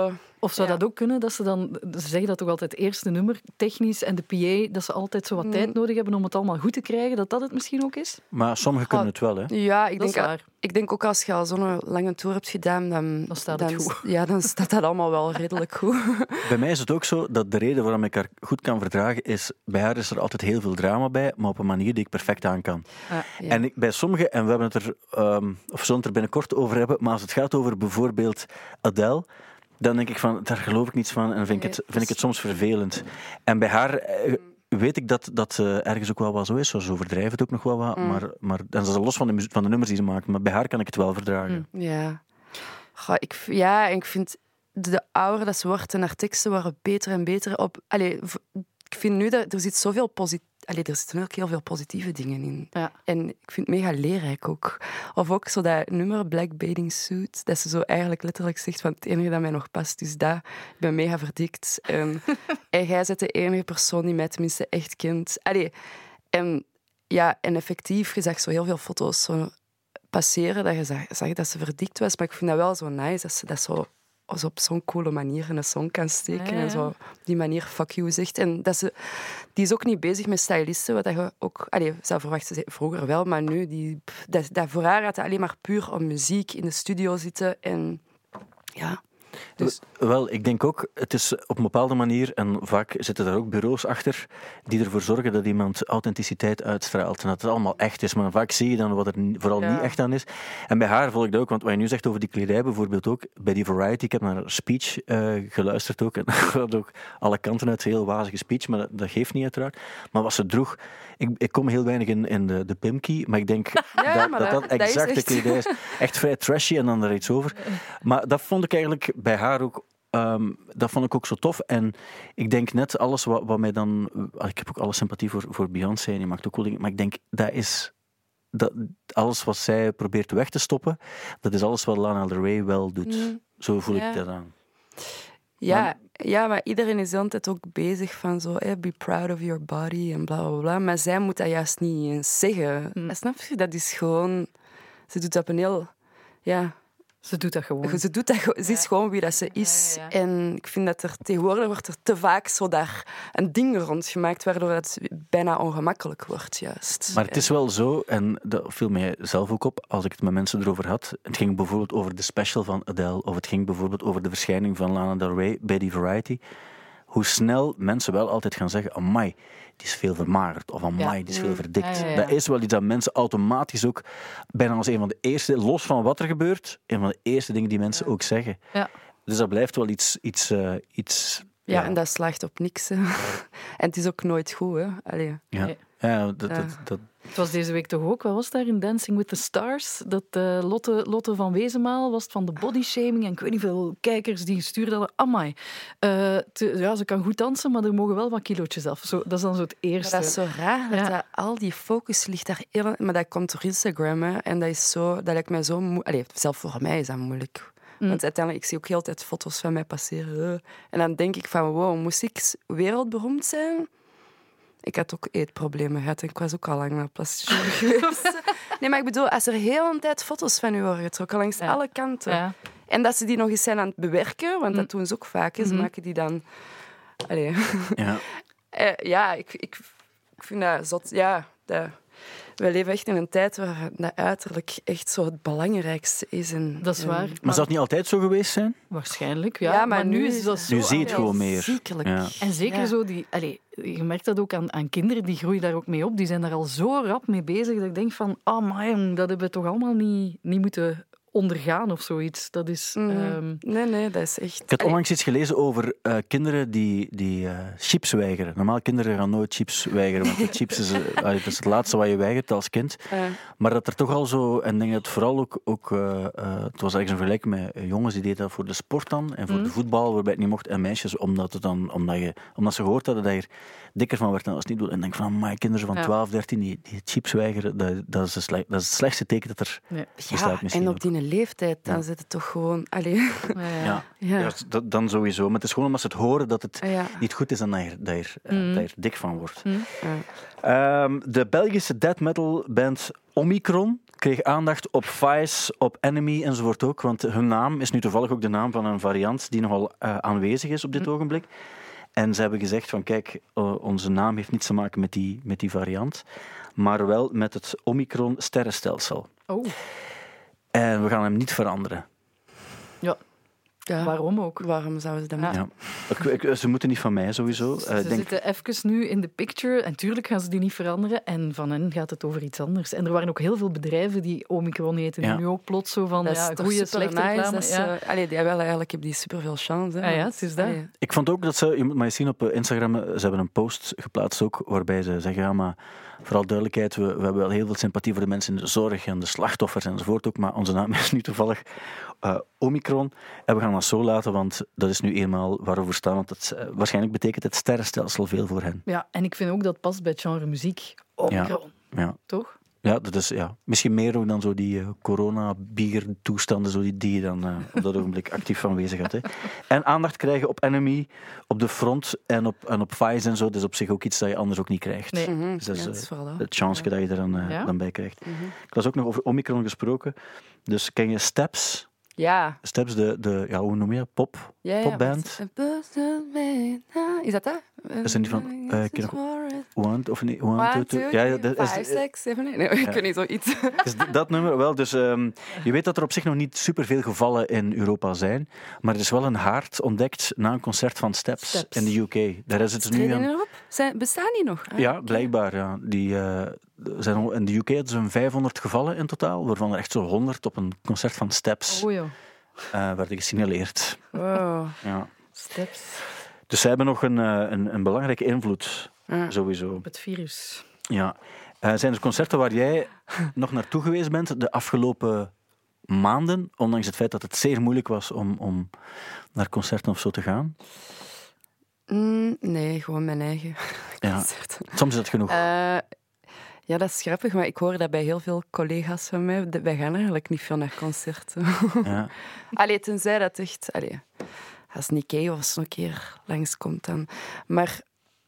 Of zou Ja. dat ook kunnen, dat ze dan... Ze zeggen dat toch altijd het eerste nummer, technisch, en de P A, dat ze altijd zo wat Mm. tijd nodig hebben om het allemaal goed te krijgen, dat dat het misschien ook is? Maar sommigen kunnen het wel, hè. Ja, ik Dat is denk, waar. ik denk ook als je al zo'n lange tour hebt gedaan, dan, Dan staat het dan, goed. Ja, dan staat dat allemaal wel redelijk goed. Bij mij is het ook zo dat de reden waarom ik haar goed kan verdragen is, bij haar is er altijd heel veel drama bij, maar op een manier die ik perfect aan kan. Ja. En ik, bij sommigen, en we hebben het er, um, of zullen het er binnenkort over hebben, maar als het gaat over bijvoorbeeld Adele, dan denk ik van, daar geloof ik niets van en vind ik het, vind ik het soms vervelend. En bij haar eh, weet ik dat dat uh, ergens ook wel wat zo is, zo overdrijven het ook nog wel wat, Mm. maar, maar en dat is los van de, muziek, van de nummers die ze maakt, maar bij haar kan ik het wel verdragen. Mm. Ja. Goh, ik, ja, en ik vind de ouder dat ze wordt en haar teksten worden beter en beter op. Allee, v- ik vind nu dat er zit zoveel posi- Allee, er zitten ook heel veel positieve dingen in. Ja. En ik vind het mega leerrijk ook. Of ook zo dat nummer Black Bathing Suit, dat ze zo eigenlijk letterlijk zegt van het enige dat mij nog past is dat. Ik ben mega verdikt. En, en jij bent de enige persoon die mij tenminste echt kent. Allee, en, ja, en effectief, je zag zo heel veel foto's zo passeren dat je zag, zag dat ze verdikt was. Maar ik vind dat wel zo nice dat ze dat zo, zo op zo'n coole manier in een song kan steken. Ja, ja. En zo op die manier fuck you zegt. En dat ze, die is ook niet bezig met stylisten, wat je ook... Allee, zou verwachten vroeger wel, maar nu... Die, dat, dat voor haar gaat het alleen maar puur om muziek in de studio zitten. En ja... Dus, Wel, ik denk ook, het is op een bepaalde manier, en vaak zitten daar ook bureaus achter, die ervoor zorgen dat iemand authenticiteit uitstraalt. En dat het allemaal echt is. Maar vaak zie je dan wat er ni- vooral Ja. niet echt aan is. En bij haar volg ik dat ook, want wat je nu zegt over die kledij bijvoorbeeld ook, bij die Variety, ik heb naar haar speech eh, geluisterd ook, en dat had ook alle kanten uit, een heel wazige speech, maar dat, dat geeft niet uiteraard. Maar wat ze droeg, ik, ik kom heel weinig in, in de, de Pimkie, maar ik denk Ja, dat, maar dat dat dat- dat is exact de echt- kledij is. Echt vrij trashy en dan er iets over. Maar dat vond ik eigenlijk bij haar ook. Um, dat vond ik ook zo tof. En ik denk net alles wat, wat mij dan... Ik heb ook alle sympathie voor, voor Beyoncé en die maakt ook wel dingen. Maar ik denk, dat is... Dat, alles wat zij probeert weg te stoppen, dat is alles wat Lana Del Rey wel doet. Mm. Zo voel Ja. ik dat aan. ja, Maar- ja, maar iedereen is altijd ook bezig van zo, eh, be proud of your body en bla bla bla. Maar zij moet dat juist niet eens zeggen. Hm. Snap je? Dat is gewoon... Ze doet dat op een heel... Ja, Ze doet dat gewoon. ze, doet dat, gewoon- ze is gewoon wie dat ze is. Ja, ja, ja. En ik vind dat er tegenwoordig wordt er te vaak zo daar een ding rond gemaakt, waardoor het bijna ongemakkelijk wordt, juist. Maar het is wel zo, en dat viel mij zelf ook op, als ik het met mensen erover had. Het ging bijvoorbeeld over de special van Adele, of het ging bijvoorbeeld over de verschijning van Lana Del Rey bij die Variety. Hoe snel mensen wel altijd gaan zeggen, amai, die is veel vermagerd, of amai, Ja. die is veel verdikt. Ja, ja, ja. Dat is wel iets dat mensen automatisch ook, bijna als een van de eerste, los van wat er gebeurt, een van de eerste dingen die mensen ook zeggen. Ja. Dus dat blijft wel iets... iets, uh, iets Ja, en dat slaagt op niks. Hè. En het is ook nooit goed, hè. Allee. Ja, Nee. ja dat... Ja. dat, dat Het was deze week toch ook, wat was daar in Dancing with the Stars? Dat uh, Lotte, Lotte van Wezenmaal was het van de bodyshaming en ik weet niet veel kijkers die gestuurd hadden. Amai, uh, te, ja, ze kan goed dansen, maar er mogen wel wat kilootjes af. Zo, dat is dan zo het eerste. Maar dat is zo raar, dat, Ja. dat al die focus ligt daar... Heel, maar dat komt door Instagram, hè. En dat is zo... Dat lijkt mij zo moeilijk... Allee, zelf voor mij is dat moeilijk. Mm. Want uiteindelijk, ik zie ook heel de tijd foto's van mij passeren. En dan denk ik van, wow, moest ik wereldberoemd zijn? Ik had ook eetproblemen gehad en ik was ook al lang naar plastic chirurgie geweest. Nee, maar ik bedoel, als er heel een tijd foto's van u worden getrokken, langs Ja. alle kanten. Ja. En dat ze die nog eens zijn aan het bewerken, want dat Mm. doen ze ook vaak. Hè. Ze Mhm. maken die dan... Allee. ja. Eh, ja, ik, ik, ik vind dat zot. Ja, dat, we leven echt in een tijd waar dat uiterlijk echt zo het belangrijkste is. En, Dat is en- waar. Maar zou het niet altijd zo geweest zijn? Waarschijnlijk, ja. Ja, maar, maar nu nu is is dat het- zo... Nu zie je het ja. gewoon meer. Ziekelijk. Ja. En zeker Ja. zo, die, allee, je merkt dat ook aan, aan kinderen, die groeien daar ook mee op. Die zijn daar al zo rap mee bezig dat ik denk van, oh man, dat hebben we toch allemaal niet, niet moeten ondergaan of zoiets. Dat is... Mm. ehm, Nee, nee, dat is echt... Ik had onlangs iets gelezen over uh, kinderen die, die uh, chips weigeren. Normaal kinderen gaan nooit chips weigeren, want de chips is, uh, allee, dat is het laatste wat je weigert als kind. Eh, Maar dat er toch al zo, en ik denk dat vooral ook, ook uh, uh, het was eigenlijk een vergelijking met uh, jongens die deden dat voor de sport dan, en voor Mm. de voetbal, waarbij het niet mocht, en meisjes, omdat, het dan, omdat, je, omdat ze gehoord hadden dat je er dikker van werd en dat is niet doen. En ik denk van, maar kinderen van Ja. twaalf, dertien die, die chips weigeren, dat, dat, is de slecht, dat is het slechtste teken dat er nee. bestaat ja, misschien en op ook. die leeftijd, dan Ja. zit het toch gewoon... Allee. Ja, ja. Ja. Ja. Ja, dat, dan sowieso. Maar het is gewoon omdat ze het horen dat het Ja. niet goed is en dat je, dat je, uh, Mm. dat je er dik van wordt. Mm. Ja. Um, de Belgische death metal band Omicron kreeg aandacht op Vice, op Enemy enzovoort ook. Want hun naam is nu toevallig ook de naam van een variant die nogal uh, aanwezig is op dit mm. ogenblik. En ze hebben gezegd van kijk, uh, onze naam heeft niets te maken met die, met die variant, maar wel met het Omicron-sterrenstelsel. Oh. En we gaan hem niet veranderen. Ja. Ja. Waarom ook? Waarom zouden ze dat moeten? Ja. Ik, ik, ze moeten niet van mij sowieso. Ze uh, denk... zitten even nu in de picture en tuurlijk gaan ze die niet veranderen en van hen gaat het over iets anders. En er waren ook heel veel bedrijven die Omicron heten en ja. nu ook plots zo van ja, goede, slechte nice. reclame. Is, ja. uh, allee, die wel, eigenlijk heb die superveel chance. Hè. Ah, ja, het is dat. Allee. Ik vond ook dat ze, je moet maar eens zien op Instagram, ze hebben een post geplaatst ook waarbij ze zeggen, ja maar vooral duidelijkheid, we, we hebben wel heel veel sympathie voor de mensen in de zorg en de slachtoffers enzovoort ook, maar onze naam is nu toevallig uh, Omicron en we gaan dat zo laten, want dat is nu eenmaal waarover we staan, want het, uh, waarschijnlijk betekent het sterrenstelsel veel voor hen. Ja, en ik vind ook dat het past bij het genre muziek. Omicron. Ja. Ja. Toch? Ja, dat is ja. misschien meer ook dan zo die uh, corona-bier-toestanden zo die, die je dan uh, op dat ogenblik actief aanwezig had. Hè. En aandacht krijgen op Enemy, op de front en op, en op Vice en zo. Dat is op zich ook iets dat je anders ook niet krijgt. Nee. Mm-hmm. Dus dat is, ja, uh, dat is wel het chance ja. dat je er dan, uh, ja? dan bij krijgt. Mm-hmm. Ik was ook nog over Omicron gesproken. Dus ken je Steps? Ja. Steps, de, de ja, hoe noem je dat? Pop? Ja, ja, popband? Is dat dat? Is er niet van... Uh, ik nog, one, of nee, one, one two, two. two, Ja, ja, dat is, five, six, seven, eight. Nee, ik weet niet zoiets. Dus dat nummer wel. Dus um, je weet dat er op zich nog niet superveel gevallen in Europa zijn, maar er is wel een haard ontdekt na een concert van Steps, Steps. in de U K. Daar is het nu aan... Zijn, bestaan die nog? Ah, ja, blijkbaar. Ja. Die, uh, zijn, in de U K hadden ze vijfhonderd gevallen in totaal, waarvan er echt zo'n honderd op een concert van Steps oh, joh. uh, werden gesignaleerd. Wow. Ja. Steps. Dus zij hebben nog een, uh, een, een belangrijke invloed, ja. sowieso. Op het virus. Ja. Uh, zijn er concerten waar jij nog naartoe geweest bent de afgelopen maanden, ondanks het feit dat het zeer moeilijk was om, om naar concerten of zo te gaan? Mm, nee, gewoon mijn eigen ja. concerten. Soms is dat genoeg. Uh, ja, dat is grappig, maar ik hoor dat bij heel veel collega's van mij. Wij gaan eigenlijk niet veel naar concerten. Ja. Allee, tenzij dat echt... Allee, als Nikkei of eens een keer langskomt dan. Maar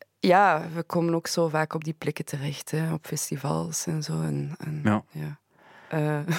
ja, we komen ook zo vaak op die plekken terecht, hè, op festivals en zo. En, en, ja. ja. Uh,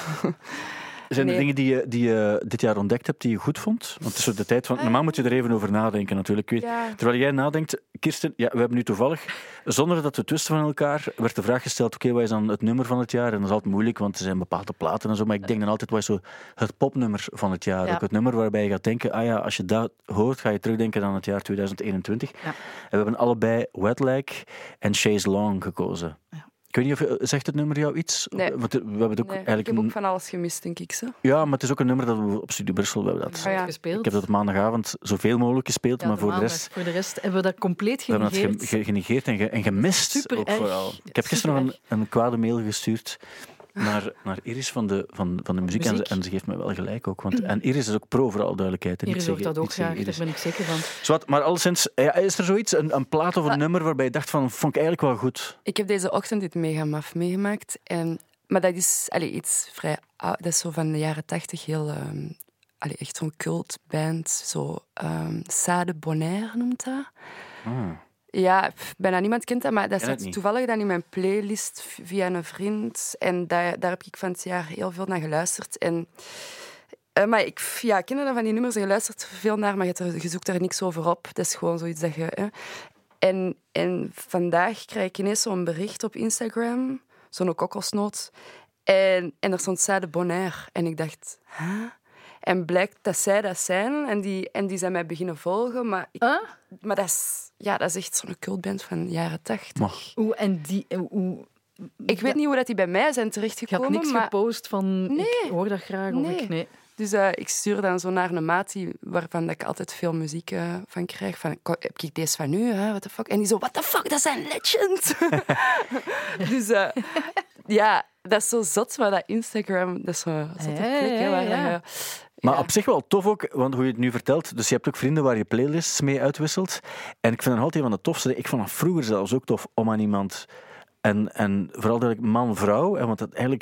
Zijn er nee. dingen die je, die je dit jaar ontdekt hebt die je goed vond? Want het is zo de tijd van... Normaal moet je er even over nadenken natuurlijk. Weet, ja. Terwijl jij nadenkt... Kirsten, ja, we hebben nu toevallig... Zonder dat we het wisten van elkaar, werd de vraag gesteld... Oké, okay, wat is dan het nummer van het jaar? En dat is altijd moeilijk, want er zijn bepaalde platen en zo. Maar ik denk dan altijd, wat is zo het popnummer van het jaar? Ja. Ook het nummer waarbij je gaat denken... Ah ja, als je dat hoort, ga je terugdenken aan het jaar tweeduizend eenentwintig. Ja. En we hebben allebei Wet Leg en Chaise Longue gekozen. Ja. Ik weet niet of zegt het nummer jou iets? Nee. Want we hebben het ook nee, eigenlijk ik heb een... ook van alles gemist, denk ik. Zo. Ja, maar het is ook een nummer dat we op Studio Brussel hebben dat. Ja, ja. Ik heb dat op maandagavond zoveel mogelijk gespeeld, ja, maar de voor de, maandag, rest, voor de rest hebben we dat compleet genegeerd. We hebben dat ge- genegeerd en, ge- en gemist. Super ook erg. vooral. Ik heb gisteren nog een, een kwade mail gestuurd naar, naar Iris van de, van, van de muziek, muziek. En, ze, en ze geeft me wel gelijk ook. Want, en Iris is ook pro, voor alle duidelijkheid. Iris hoort dat ook graag, daar ben ik zeker van. Zwat, maar alleszins, ja, is er zoiets, een, een plaat of een ah. nummer waarbij je dacht van, vond ik eigenlijk wel goed? Ik heb deze ochtend dit mega maf meegemaakt. En, maar dat is allee, iets vrij oud. Dat is zo van de jaren tachtig, heel... Um, allee, echt zo'n cultband. Zo, um, Sade Bonaire noemt dat. Ah. Ja, bijna niemand kent dat, maar dat Ken staat toevallig dan in mijn playlist via een vriend. En daar, daar heb ik van het jaar heel veel naar geluisterd. En, uh, maar ik ja, ken dan van die nummers en je luistert veel naar, maar je, er, je zoekt er niks over op. Dat is gewoon zoiets dat je... Hè. En, en vandaag krijg ik ineens zo'n bericht op Instagram, zo'n kokosnoot. En, en er stond Sade Bonaire. En ik dacht, huh? En blijkt dat zij dat zijn. En die, en die zijn mij beginnen volgen. Maar, ik, huh? maar dat, is, ja, dat is echt zo'n cultband van de jaren tachtig. Oeh, en die... Oe, ik weet niet hoe dat die bij mij zijn terechtgekomen. Je had niks maar... gepost van, nee. ik hoor dat graag of nee. ik... Nee. Dus uh, ik stuur dan zo naar een maat die, waarvan dat ik altijd veel muziek uh, van krijg. Van, heb ik deze van u? What the fuck? En die zo, what the fuck, dat zijn legends! Dus uh, ja, dat is zo zot, maar dat Instagram, dat is zo'n zotte ja, plek. Hè, waar ja, ja. je, Maar ja. op zich wel tof ook, want hoe je het nu vertelt, dus je hebt ook vrienden waar je playlists mee uitwisselt. En ik vind het altijd van de tofste. Ik vond het vroeger zelfs ook tof om aan iemand... En, en vooral dat ik man-vrouw, want dat eigenlijk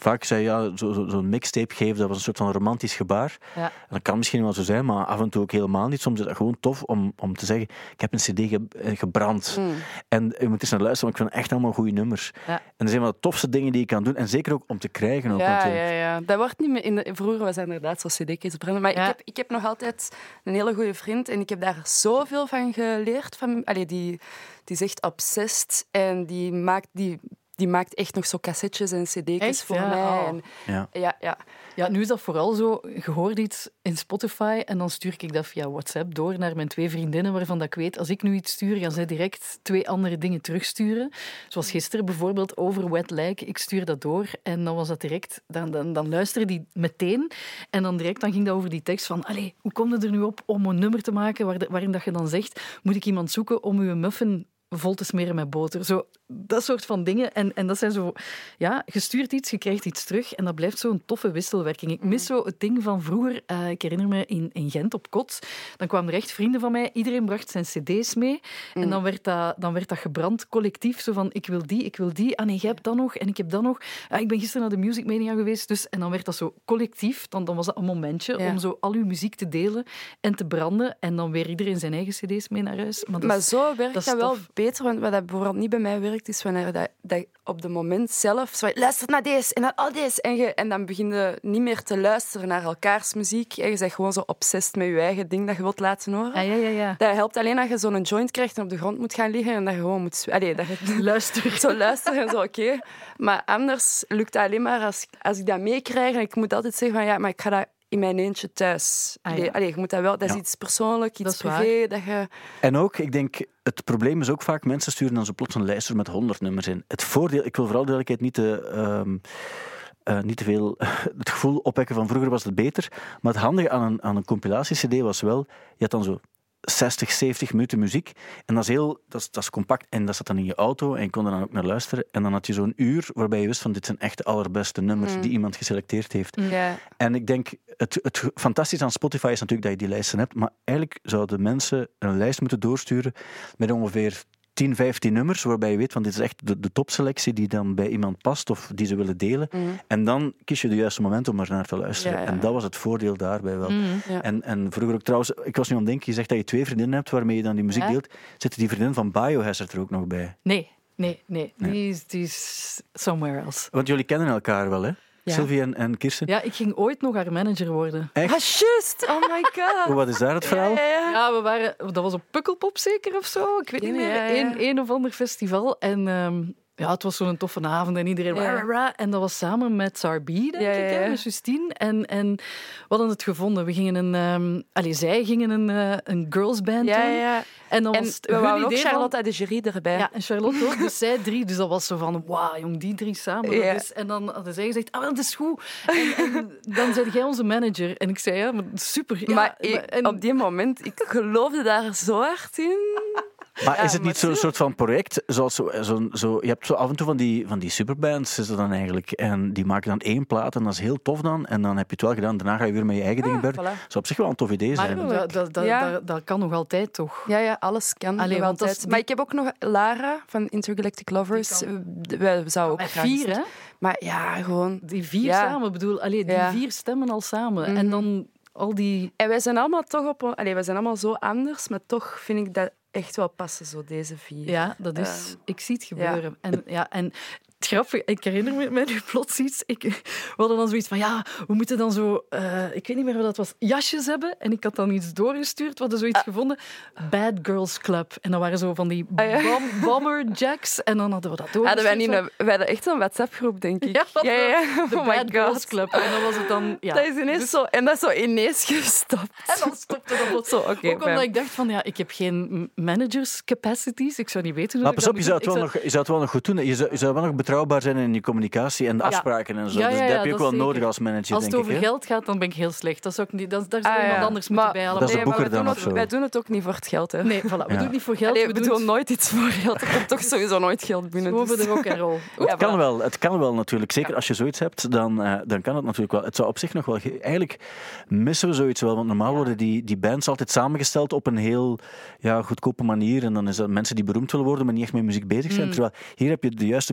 vaak zei ja, zo, zo, zo'n mixtape geven, dat was een soort van romantisch gebaar. Ja. En dat kan misschien wel zo zijn, maar af en toe ook helemaal niet. Soms is het gewoon tof om, om te zeggen, ik heb een cd ge, gebrand. Mm. En je moet eens naar luisteren, want ik vind echt allemaal goede nummers. Ja. En dat zijn wel de tofste dingen die je kan doen. En zeker ook om te krijgen. Ook, ja, want, ja, ja. Dat wordt niet meer in de, vroeger was het inderdaad zo'n cd's branden. Maar ja. ik, heb, ik heb nog altijd een hele goede vriend en ik heb daar zoveel van geleerd. Van, allee, die, die is echt obsessed en die maakt... Die, Die maakt echt nog zo cassettes en cd's voor ja? mij. Oh. En, ja. Ja, ja. ja, nu is dat vooral zo. Je hoort iets in Spotify en dan stuur ik dat via WhatsApp door naar mijn twee vriendinnen, waarvan dat ik weet, als ik nu iets stuur, gaan zij direct twee andere dingen terugsturen. Zoals gisteren bijvoorbeeld over Wet Leg. Ik stuur dat door en dan was dat direct... Dan, dan, dan luisterde die meteen en dan direct dan ging dat over die tekst van allee, hoe kom je er nu op om een nummer te maken waar de, waarin dat je dan zegt, moet ik iemand zoeken om uw muffin vol te smeren met boter. Zo, dat soort van dingen. En, en dat zijn zo... Ja, je stuurt iets, je krijgt iets terug en dat blijft zo'n toffe wisselwerking. Ik mis zo het ding van vroeger. Uh, ik herinner me in, in Gent op Kots. Dan kwamen er echt vrienden van mij. Iedereen bracht zijn cd's mee. Mm. En dan werd, dat, dan werd dat gebrand collectief. Zo van, ik wil die, ik wil die. Ah nee, jij hebt dat nog en ik heb dat nog. Ah, ik ben gisteren naar de Music Mania geweest. Dus, en dan werd dat zo collectief. Dan, dan was dat een momentje ja. om zo al uw muziek te delen en te branden. En dan weer iedereen zijn eigen cd's mee naar huis. Maar, dat maar is, zo werkt dat, dat wel tof. beter. Want wat dat bijvoorbeeld niet bij mij werkt, is wanneer dat, dat op de moment zelf... Zo, luister naar deze en naar al deze. En, je, en dan begin je niet meer te luisteren naar elkaars muziek. En je bent gewoon zo obsessed met je eigen ding dat je wilt laten horen. Ah, ja, ja, ja. Dat helpt alleen als je zo'n joint krijgt en op de grond moet gaan liggen en dat je gewoon moet... Allee, dat je luisteren. Zo luisteren en zo, oké. Okay. Maar anders lukt dat alleen maar als, als ik dat meekrijg. En ik moet altijd zeggen van ja, maar ik ga dat in mijn eentje thuis. Ah, ja. Allee, je moet dat wel... Dat is ja. iets persoonlijk, iets dat privé. Dat je... En ook, ik denk... Het probleem is ook vaak, mensen sturen dan zo plots een lijst met honderd nummers in. Het voordeel, ik wil vooral duidelijkheid niet te, um, uh, niet te veel het gevoel opwekken van vroeger was het beter. Maar het handige aan een, aan een compilatie-cd was wel, je had dan zo zestig, zeventig minuten muziek. En dat is heel, dat is, dat is compact. En dat zat dan in je auto en je kon er dan ook naar luisteren. En dan had je zo'n uur waarbij je wist van dit zijn echt de allerbeste nummers mm. die iemand geselecteerd heeft. Yeah. En ik denk, het, het fantastische aan Spotify is natuurlijk dat je die lijsten hebt. Maar eigenlijk zouden mensen een lijst moeten doorsturen met ongeveer tien, vijftien nummers, waarbij je weet van dit is echt de, de topselectie die dan bij iemand past of die ze willen delen. Mm. En dan kies je de juiste moment om er naar te luisteren. Ja, ja. En dat was het voordeel daarbij wel. Mm, ja. en, en vroeger ook trouwens, ik was nu aan het denken, je zegt dat je twee vriendinnen hebt waarmee je dan die muziek ja. deelt. Zitten die vriendin van Biohazard er ook nog bij? Nee, nee, nee. nee. Die, is, die is somewhere else. Want jullie kennen elkaar wel, hè? Ja. Sylvie en, en Kirsten? Ja, ik ging ooit nog haar manager worden. Echt? Ah, just! Oh my god. Wat is daar het verhaal? Ja, ja, ja. ja, we waren... Dat was op Pukkelpop zeker of zo. Ik weet niet meer. Ja, ja. Een, een of ander festival. En... Um, ja, het was zo'n toffe avond en iedereen... Ja. Rah, rah, en dat was samen met Sarbi, denk ja, ik, ja, ja. met Justine. En, en we hadden het gevonden. We gingen een... Um, allez, zij gingen een, uh, een girlsband ja, doen. Ja. En, dan en was we hadden ook Charlotte uit de jury erbij. Ja, en Charlotte ook. Dus zij drie. Dus dat was zo van... Wauw, jong, die drie samen. Ja. Dus, en dan hadden zij gezegd... Ah, wel, dat is goed. En, en dan zei jij onze manager. En ik zei, ja, maar super. Ja, maar ik, en, op die moment, ik geloofde daar zo hard in... Maar ja, is het niet zo'n soort van project? Zoals zo, zo, zo, je hebt zo af en toe van die, van die superbands is dat dan eigenlijk. En die maken dan één plaat en dat is heel tof dan. En dan heb je het wel gedaan. Daarna ga je weer met je eigen ja, dingen verder. Dat zou op zich wel een tof idee zijn. Maar dat, dat, dat, ja. dat, dat kan nog altijd, toch? Ja, ja, alles kan Allee, nog altijd. Die... Maar ik heb ook nog Lara van Intergalactic Lovers. We zouden ook graag... Vier, hè? Maar ja, gewoon... Die vier ja. samen, bedoel... Allee, die ja. vier stemmen al samen. Mm-hmm. En dan al die... En wij zijn allemaal toch op... Allee, wij zijn allemaal zo anders, maar toch vind ik dat echt wel passen, zo deze vier. Ja, dat is... Uh, ik zie het gebeuren. Ja. En, ja, en het grappige, ik herinner me, me nu plots iets. Ik, we hadden dan zoiets van, ja, we moeten dan zo... Uh, ik weet niet meer wat dat was. Jasjes hebben. En ik had dan iets doorgestuurd. We hadden zoiets uh, gevonden. Bad Girls Club. En dan waren zo van die bom, uh, ja. bomber jacks. En dan hadden we dat doorgestuurd. Hadden wij, niet een, wij hadden echt een WhatsApp-groep, denk ik. Ja, ja, ja. De oh Bad Girls Club. En dan was het dan... Ja. Dat is ineens dus, zo... En dat is zo ineens gestopt. En dan stopte dat plots. Zo, okay, ook fijn. Omdat ik dacht van, ja, ik heb geen managers capacities. Ik zou niet weten hoe maar pas op, je zou, het wel zou... nog, je zou het wel nog goed doen. Je zou, je zou wel nog betrouwbaar zijn in je communicatie en de afspraken ja. en zo. Ja, ja, ja, dus dat heb je ook wel zeker. nodig als manager, als het denk over ik, geld gaat, dan ben ik heel slecht. Dat is ook niet, dat, daar zou ah, iemand ja. anders maar, moeten bijhalen. Dat is de nee, boeker maar dan het, of zo. Wij doen het ook niet voor het geld, hè. Nee, voilà, we ja. doen het niet voor geld. Allee, we, we doen doen het... nooit iets voor geld. Er komt toch sowieso nooit geld binnen. Gewoon voor de rock and roll. Het, ja, kan wel, het kan wel natuurlijk. Zeker ja. als je zoiets hebt, dan, uh, dan kan het natuurlijk wel. Het zou op zich nog wel... Ge- Eigenlijk missen we zoiets wel. Want normaal worden die, die bands altijd samengesteld op een heel ja, goedkope manier. En dan is dat mensen die beroemd willen worden, maar niet echt met muziek bezig zijn. Mm. Terwijl hier heb je de juiste personages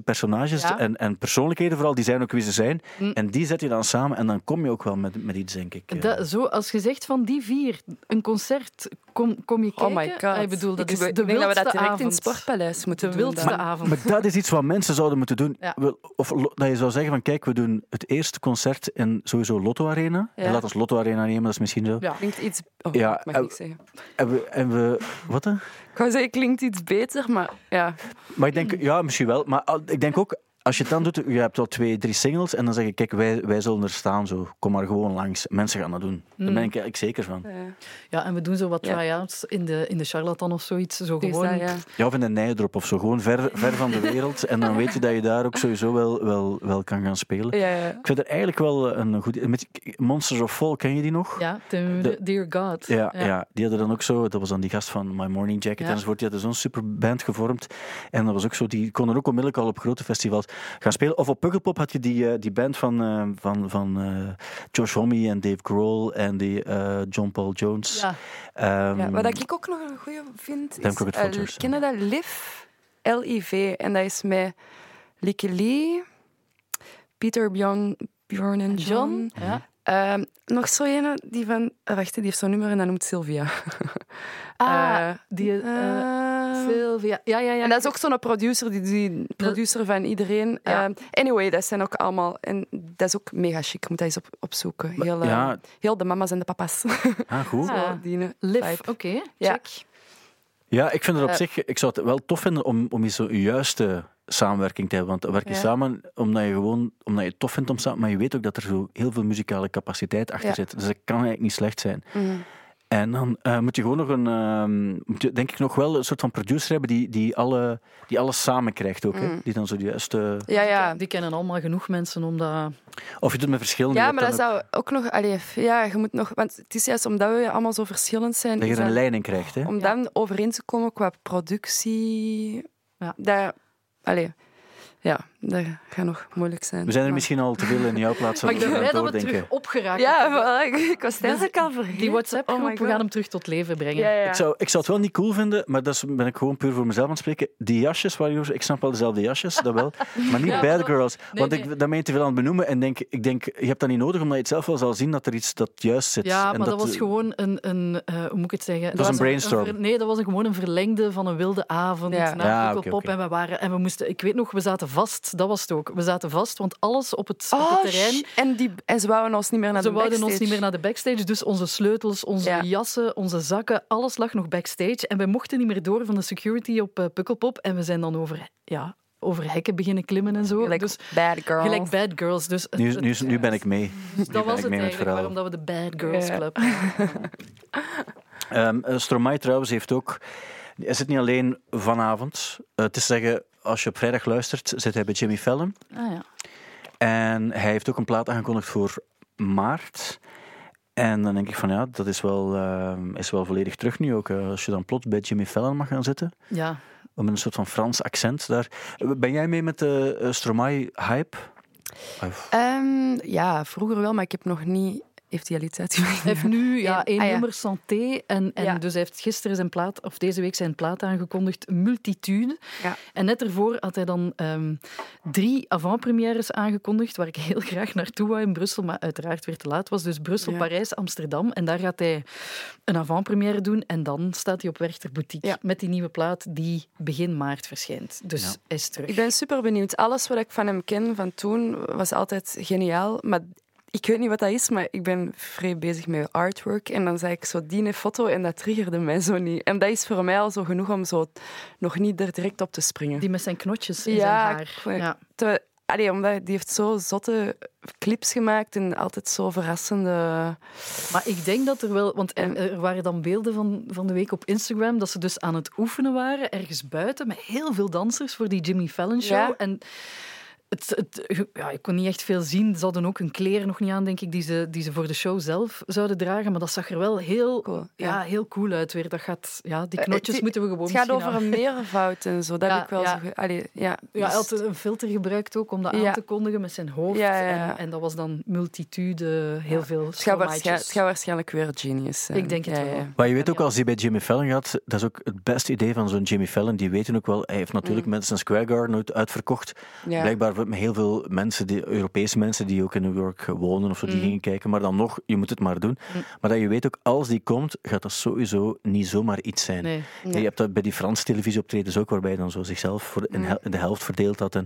personages Ja. en, en persoonlijkheden vooral, die zijn ook wie ze zijn. Mm. En die zet je dan samen en dan kom je ook wel met, met iets, denk ik. Dat, zo, als je zegt van die vier, een concert, kom, kom je kijken. Oh my god. Ik bedoel, dat ik is ik de denk dat we dat wildste direct in het avond. Sportpaleis moeten De doen. wildste dan. avond. Maar dat is iets wat mensen zouden moeten doen. Ja. Wel, Of lo- dat je zou zeggen van, kijk, we doen het eerste concert in sowieso Lotto Arena. Ja. En laat ons Lotto Arena nemen, dat is misschien zo. Ja. Klinkt iets... Oh, Ja, ik mag eh, niks zeggen. En we... En we wat dan? Ik wou zeggen, klinkt iets beter, maar ja. Maar ik denk, ja, misschien wel. Maar al- ik denk ook, als je het dan doet, je hebt al twee, drie singles en dan zeg je, kijk, wij, wij zullen er staan, zo. Kom maar gewoon langs. Mensen gaan dat doen. Daar ben ik eigenlijk zeker van. ja. Ja, en we doen zo wat Ja. try-outs in de, in de Charlatan of zoiets. Zo Dus gewoon... dat, ja. Ja, of in een Nijdrop of zo. Gewoon ver, ver van de wereld. En dan weet je dat je daar ook sowieso wel, wel, wel kan gaan spelen. Ja, ja. Ik vind er eigenlijk wel een goed... Met Monsters of Fall, ken je die nog? Ja, de, De- Dear God. Ja, ja. die hadden dan ook zo... Dat was dan die gast van My Morning Jacket Ja. enzovoort. Die hadden zo'n superband gevormd. En dat was ook zo... Die konden ook onmiddellijk al op grote festivals gaan spelen. Of op Pukkelpop had je die, eh, die band van, eh, van, van eh, Josh Homme en Dave Grohl en die eh, John Paul Jones. Ja. Ehm, Ja, wat ik ook nog een goeie vind, Damn is... Crooked eh, Vultures. ken je dat? Liv? L I V. En dat is met Lieke Lee, Peter Bjorn, Bjorn en John. John. Ja. Ehm, nog zo ene die van... eh, wacht, die heeft zo'n nummer en dat noemt Sylvia. Ah, Eh, die... eh, eh, Sylvia. Ja, ja, ja. En dat is ook zo'n producer, die, die producer van iedereen. Ja. Ehm, anyway, dat zijn ook allemaal... En dat is ook mega chic, ik moet dat eens op, opzoeken. Heel, eh, ja. heel de mama's en de papa's. Ah, goed. Ja. Zo, die eh, Liv, vibe. oké. Ja. Check. Ja, ik vind het op Eh. zich... Ik zou het wel tof vinden om, om eens zo'n juiste samenwerking te hebben. Want dan werk je Ja. samen omdat je gewoon... Omdat je het tof vindt om samen... Maar je weet ook dat er zo heel veel muzikale capaciteit achter Ja. zit. Dus dat kan eigenlijk niet slecht zijn. Mhm. En dan eh, moet je gewoon nog een... ehm, moet je, denk ik nog wel een soort van producer hebben die, die, alle, die alles samen krijgt ook. Hè? Mm. Die dan zo de juiste... Ja, ja. Die kennen allemaal genoeg mensen om dat... Of je doet met verschillende... Ja, je maar hebt dat dan zou ook nog... Allee, ja, je moet nog... Want het is juist omdat we allemaal zo verschillend zijn... ook, dat je is er een dat- leiding krijgt. Hè? Om Ja. dan overeen te komen qua productie... Ja. Dat... Allee... Ja, dat gaat nog moeilijk zijn. We zijn er Maar- misschien al te veel in jouw plaats aan Maar ik ben aan blij het dat we doordenken. terug opgeraakt Ja, hebben. voilà, ik, ik was het eigenlijk al vergeten. Die WhatsApp-groep, Oh my we God. gaan hem terug tot leven brengen. Ja, ja. Ik zou, ik zou het wel niet cool vinden, maar dat is, ben ik gewoon puur voor mezelf aan het spreken. Die jasjes, waar je, ik snap wel dezelfde jasjes, dat wel. Maar niet Ja, bad dat- girls. nee, want nee. ik, dan ben je te veel aan het benoemen. En denk, ik denk, je hebt dat niet nodig, omdat je het zelf wel zal zien dat er iets dat juist zit. Ja, En maar dat, dat was gewoon een, een uh, hoe moet ik het zeggen? was een brainstorm. ver- nee, dat was een, gewoon een verlengde van een wilde avond Ja. naar Ja, Pukkelpop. oké, oké. En we waren, en we moesten, ik weet nog, we zaten vast. Dat was het ook. We zaten vast, want alles op het, op Oh, het terrein. sh- en, die, en ze wouden ons niet meer naar Ze de wouden backstage. ons niet meer naar de backstage, dus onze sleutels, onze Ja. jassen, onze zakken, alles lag nog backstage. En wij mochten niet meer door van de security op uh, Pukkelpop. En we zijn dan over, ja, over hekken beginnen klimmen en zo. Gelijk dus, bad girls. gelijk bad girls. Dus het- Nu, het- nu, nu ben ik mee. dus Nu dat ben was ik het mee met het eigenlijk, verhaal. waarom dat we de Bad Girls Ja. Club... Um, uh, Stromae trouwens heeft ook... Hij zit niet alleen vanavond. Uh, het is te zeggen, als je op vrijdag luistert, zit hij bij Jimmy Fallon. Ah ja. En hij heeft ook een plaat aangekondigd voor maart. En dan denk ik van ja, dat is wel, uh, is wel volledig terug nu ook. Uh, als je dan plots bij Jimmy Fallon mag gaan zitten. Ja. Met een soort van Frans accent daar. Ben jij mee met de uh, Stromae-hype? Of... Um, ja, vroeger wel, maar ik heb nog niet... Heeft hij al iets uitgebracht? Hij heeft nu ja, één Ah, ja. nummer Santé. En, en Ja. dus hij heeft gisteren zijn plaat, of deze week zijn plaat aangekondigd, Multitude. Ja. En net ervoor had hij dan um, drie avant-premières aangekondigd, waar ik heel graag naartoe wou in Brussel, maar uiteraard weer te laat was. Dus Brussel, Ja. Parijs, Amsterdam. En daar gaat hij een avant-première doen. En dan staat hij op Werchter Boutique Ja. met die nieuwe plaat die begin maart verschijnt. Dus Ja. hij is terug. Ik ben super benieuwd. Alles wat ik van hem ken van toen was altijd geniaal. Maar ik weet niet wat dat is, maar ik ben vrij bezig met artwork. En dan zag ik zo die foto en dat triggerde mij zo niet. En dat is voor mij al zo genoeg om zo nog niet er direct op te springen. Die met zijn knotjes in Ja, zijn haar. ik- Ja. Te, allee, omdat die heeft zo zotte clips gemaakt en altijd zo verrassende... Maar ik denk dat er wel... Want er, er waren dan beelden van, van de week op Instagram dat ze dus aan het oefenen waren, ergens buiten, met heel veel dansers voor die Jimmy Fallon show. Ja. En Het, het, ja, ik kon niet echt veel zien. Ze hadden ook hun kleren nog niet aan, denk ik, die ze, die ze voor de show zelf zouden dragen. Maar dat zag er wel heel cool, ja. Ja, heel cool uit weer. Dat gaat, ja, die knotjes uh, moeten we gewoon Het gaat over een meervoud en zo. Dat ja, heb ik wel ja. zo... Allee, ja, ja, hij had een filter gebruikt ook om dat ja. aan te kondigen met zijn hoofd. Ja, ja, ja. En, en dat was dan multitude, heel ja. veel het gaat, waarschijnlijk, het gaat waarschijnlijk weer Genius zijn. Ik denk het ja, wel. Ja. Maar je weet ook, als hij bij Jimmy Fallon gaat, dat is ook het beste idee van zo'n Jimmy Fallon. Die weten ook wel, hij heeft natuurlijk mm. Madison Square Garden uitverkocht. Ja. Blijkbaar met heel veel mensen, die, Europese mensen die ook in New York wonen of zo, die mm. gingen kijken. Maar dan nog, je moet het maar doen. Mm. Maar dat je weet ook, als die komt, gaat dat sowieso niet zomaar iets zijn. Nee. Nee. Je hebt dat bij die Franse televisieoptredens ook, waarbij hij dan zo zichzelf voor in, hel- in de helft verdeeld had. En,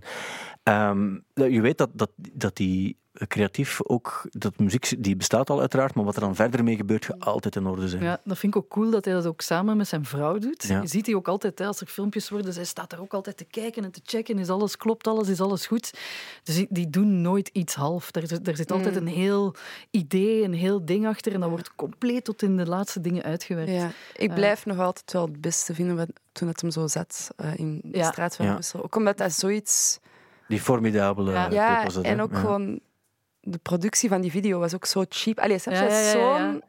um, je weet dat, dat, dat die creatief ook, dat muziek die bestaat al uiteraard, maar wat er dan verder mee gebeurt, gaat altijd in orde zijn. Ja, dat vind ik ook cool dat hij dat ook samen met zijn vrouw doet. Ja. Je ziet hij ook altijd, hè, als er filmpjes worden, zij staat er ook altijd te kijken en te checken, is alles, klopt alles, is alles goed. Dus die, die doen nooit iets half. Daar, daar zit altijd een heel idee, een heel ding achter en dat wordt compleet tot in de laatste dingen uitgewerkt. Ja. Ik blijf uh, nog altijd wel het beste vinden wat, toen het hem zo zat uh, in de ja. straat van Brussel. Ja. Ook omdat dat zoiets... Die formidabele... Ja, ja was het, en ook ja. gewoon... De productie van die video was ook zo cheap. Allee, ze hebben ja, ja, ja, ja. zo'n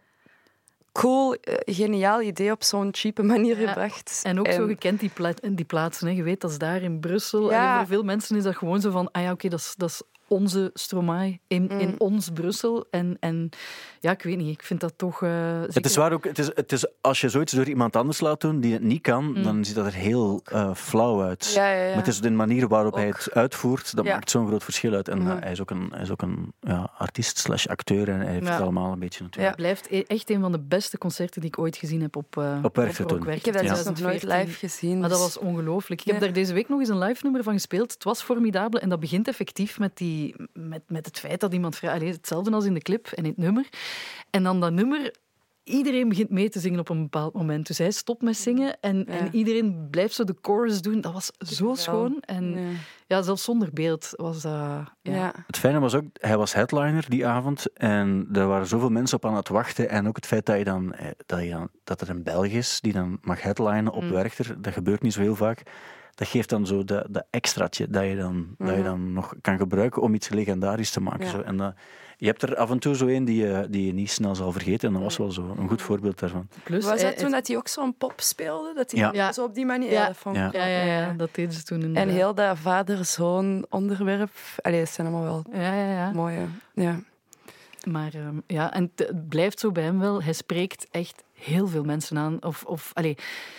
cool, uh, geniaal idee op zo'n cheape manier ja. gebracht. En ook en... zo gekend die, pla- die plaatsen. Hè. Je weet, dat is daar in Brussel. Ja. En voor veel mensen is dat gewoon zo van... Ah ja, oké, okay, dat is onze Stromae in, mm. in ons Brussel. En, en ja, ik weet niet, ik vind dat toch... Uh, het is waar ook, het is, het is, als je zoiets door iemand anders laat doen die het niet kan, mm. dan ziet dat er heel uh, flauw uit. Ja, ja, ja. Maar het is de manier waarop ook. hij het uitvoert, dat ja. maakt zo'n groot verschil uit. En mm-hmm. uh, hij is ook een, hij is ook een ja, artiest slash acteur en hij heeft ja. het allemaal een beetje natuurlijk. Ja. Het blijft echt een van de beste concerten die ik ooit gezien heb op, uh, op Werchter. Ik heb dat ja. nog nooit live gezien. Maar dat was ongelooflijk. Ik ja. heb daar deze week nog eens een live nummer van gespeeld. Het was formidabel en dat begint effectief met, die, met, met het feit dat iemand vraagt... Allez, hetzelfde als in de clip en in het nummer. En dan dat nummer... Iedereen begint mee te zingen op een bepaald moment. Dus hij stopt met zingen en, ja. en iedereen blijft zo de chorus doen. Dat was zo schoon. En ja, ja zelfs zonder beeld was dat... Ja. Ja. Het fijne was ook, hij was headliner die avond en er waren zoveel mensen op aan het wachten. En ook het feit dat, je dan, dat, je dan, dat er een Belg is die dan mag headlinen op mm. Werchter, dat gebeurt niet zo heel vaak. Dat geeft dan zo dat, dat extraatje dat je, dan, mm-hmm. dat je dan nog kan gebruiken om iets legendarisch te maken. Ja. Zo. En dat, je hebt er af en toe zo een die je, die je niet snel zal vergeten. En dat was wel zo een goed voorbeeld daarvan. Plus, was dat toen dat hij ook zo'n pop speelde? Dat hij ja. zo op die manier... Ja, ja, ja. ja, ja, ja. dat deden ze toen. In en de... heel dat vader-zoon onderwerp. Allee, dat zijn allemaal wel ja, ja, ja. mooie... Ja. Maar um, ja, en het blijft zo bij hem wel. Hij spreekt echt heel veel mensen aan. Of... of allee,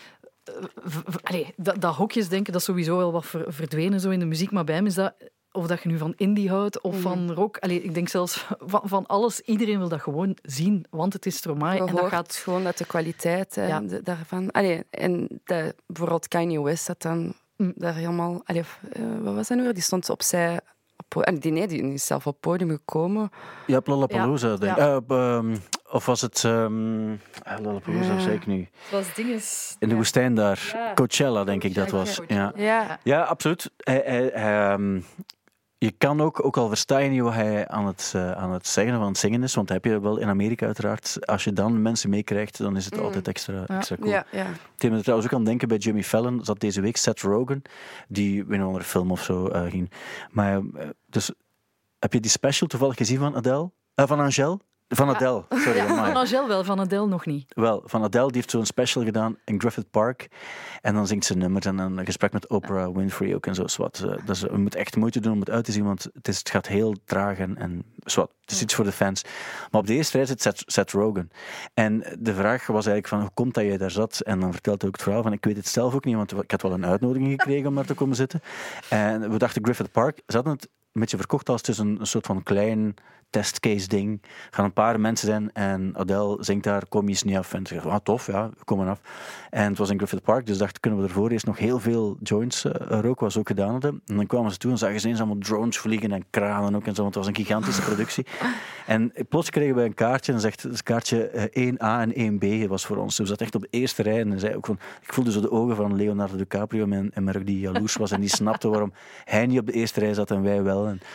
Allee, dat, dat hokjesdenken, dat is sowieso wel wat verdwenen zo in de muziek, maar bij hem is dat, of dat je nu van indie houdt of mm. van rock, allee, ik denk zelfs van, van alles, iedereen wil dat gewoon zien, want het is Stromae. Je en dat gaat gewoon dat de kwaliteit ja. de, daarvan... Allee, en de, bijvoorbeeld Kanye West dat dan mm. daar helemaal... Allee, uh, wat was dat nu weer? Die stond opzij... Op, die, nee, die is zelf op het podium gekomen. Ja, op Lollapalooza, ja. denk ik. Ja. Uh, um, of was het... Um, Lollapalooza, ja. zei ik nu. Het was dinges. In de ja. woestijn daar. Ja. Coachella, denk ik dat was. Ja, ja. ja absoluut. Hij, hij, hij, um, je kan ook, ook al versta je niet wat hij aan het, uh, aan het zeggen of aan het zingen is, want dat heb je wel in Amerika uiteraard. Als je dan mensen meekrijgt, dan is het mm. altijd extra, ja. extra cool. Ja, ja. Ik heb me er trouwens ook aan denken bij Jimmy Fallon, zat deze week Seth Rogen, die in een andere film of zo uh, ging. Maar, uh, dus, heb je die special toevallig gezien van Adele? Uh, van Angèle? Van Adele, ja. sorry. Ja, van Angèle wel, van Adele nog niet. Wel, van Adele, die heeft zo'n special gedaan in Griffith Park. En dan zingt ze nummers en een gesprek met Oprah Winfrey ook en zo. Zwart. Dus je moet echt moeite doen om het uit te zien, want het, is, het gaat heel traag en, en zwart. Het is iets voor de fans. Maar op de eerste rij zit Seth, Seth Rogen. En de vraag was eigenlijk van, hoe komt dat jij daar zat? En dan vertelt hij ook het verhaal van, ik weet het zelf ook niet, want ik had wel een uitnodiging gekregen om daar te komen zitten. En we dachten Griffith Park, ze hadden het een beetje verkocht als het een, een soort van klein testcase ding. Er gaan een paar mensen zijn en Adele zingt daar, kom je eens niet af. En ze zegt, ah, tof, ja, we komen af. En het was in Griffith Park, dus dachten, kunnen we ervoor eerst nog heel veel joints uh, roken, wat ze ook gedaan hadden. En dan kwamen ze toe en zagen ze eens allemaal drones vliegen en kranen ook en zo, want het was een gigantische productie. En plots kregen we een kaartje en zegt, het kaartje uh, één A en één B was voor ons. Dus we zaten echt op de eerste rij en zei ook van, ik voelde zo de ogen van Leonardo DiCaprio en, en merk die jaloers was en die snapte waarom hij niet op de eerste rij zat en wij wel. En,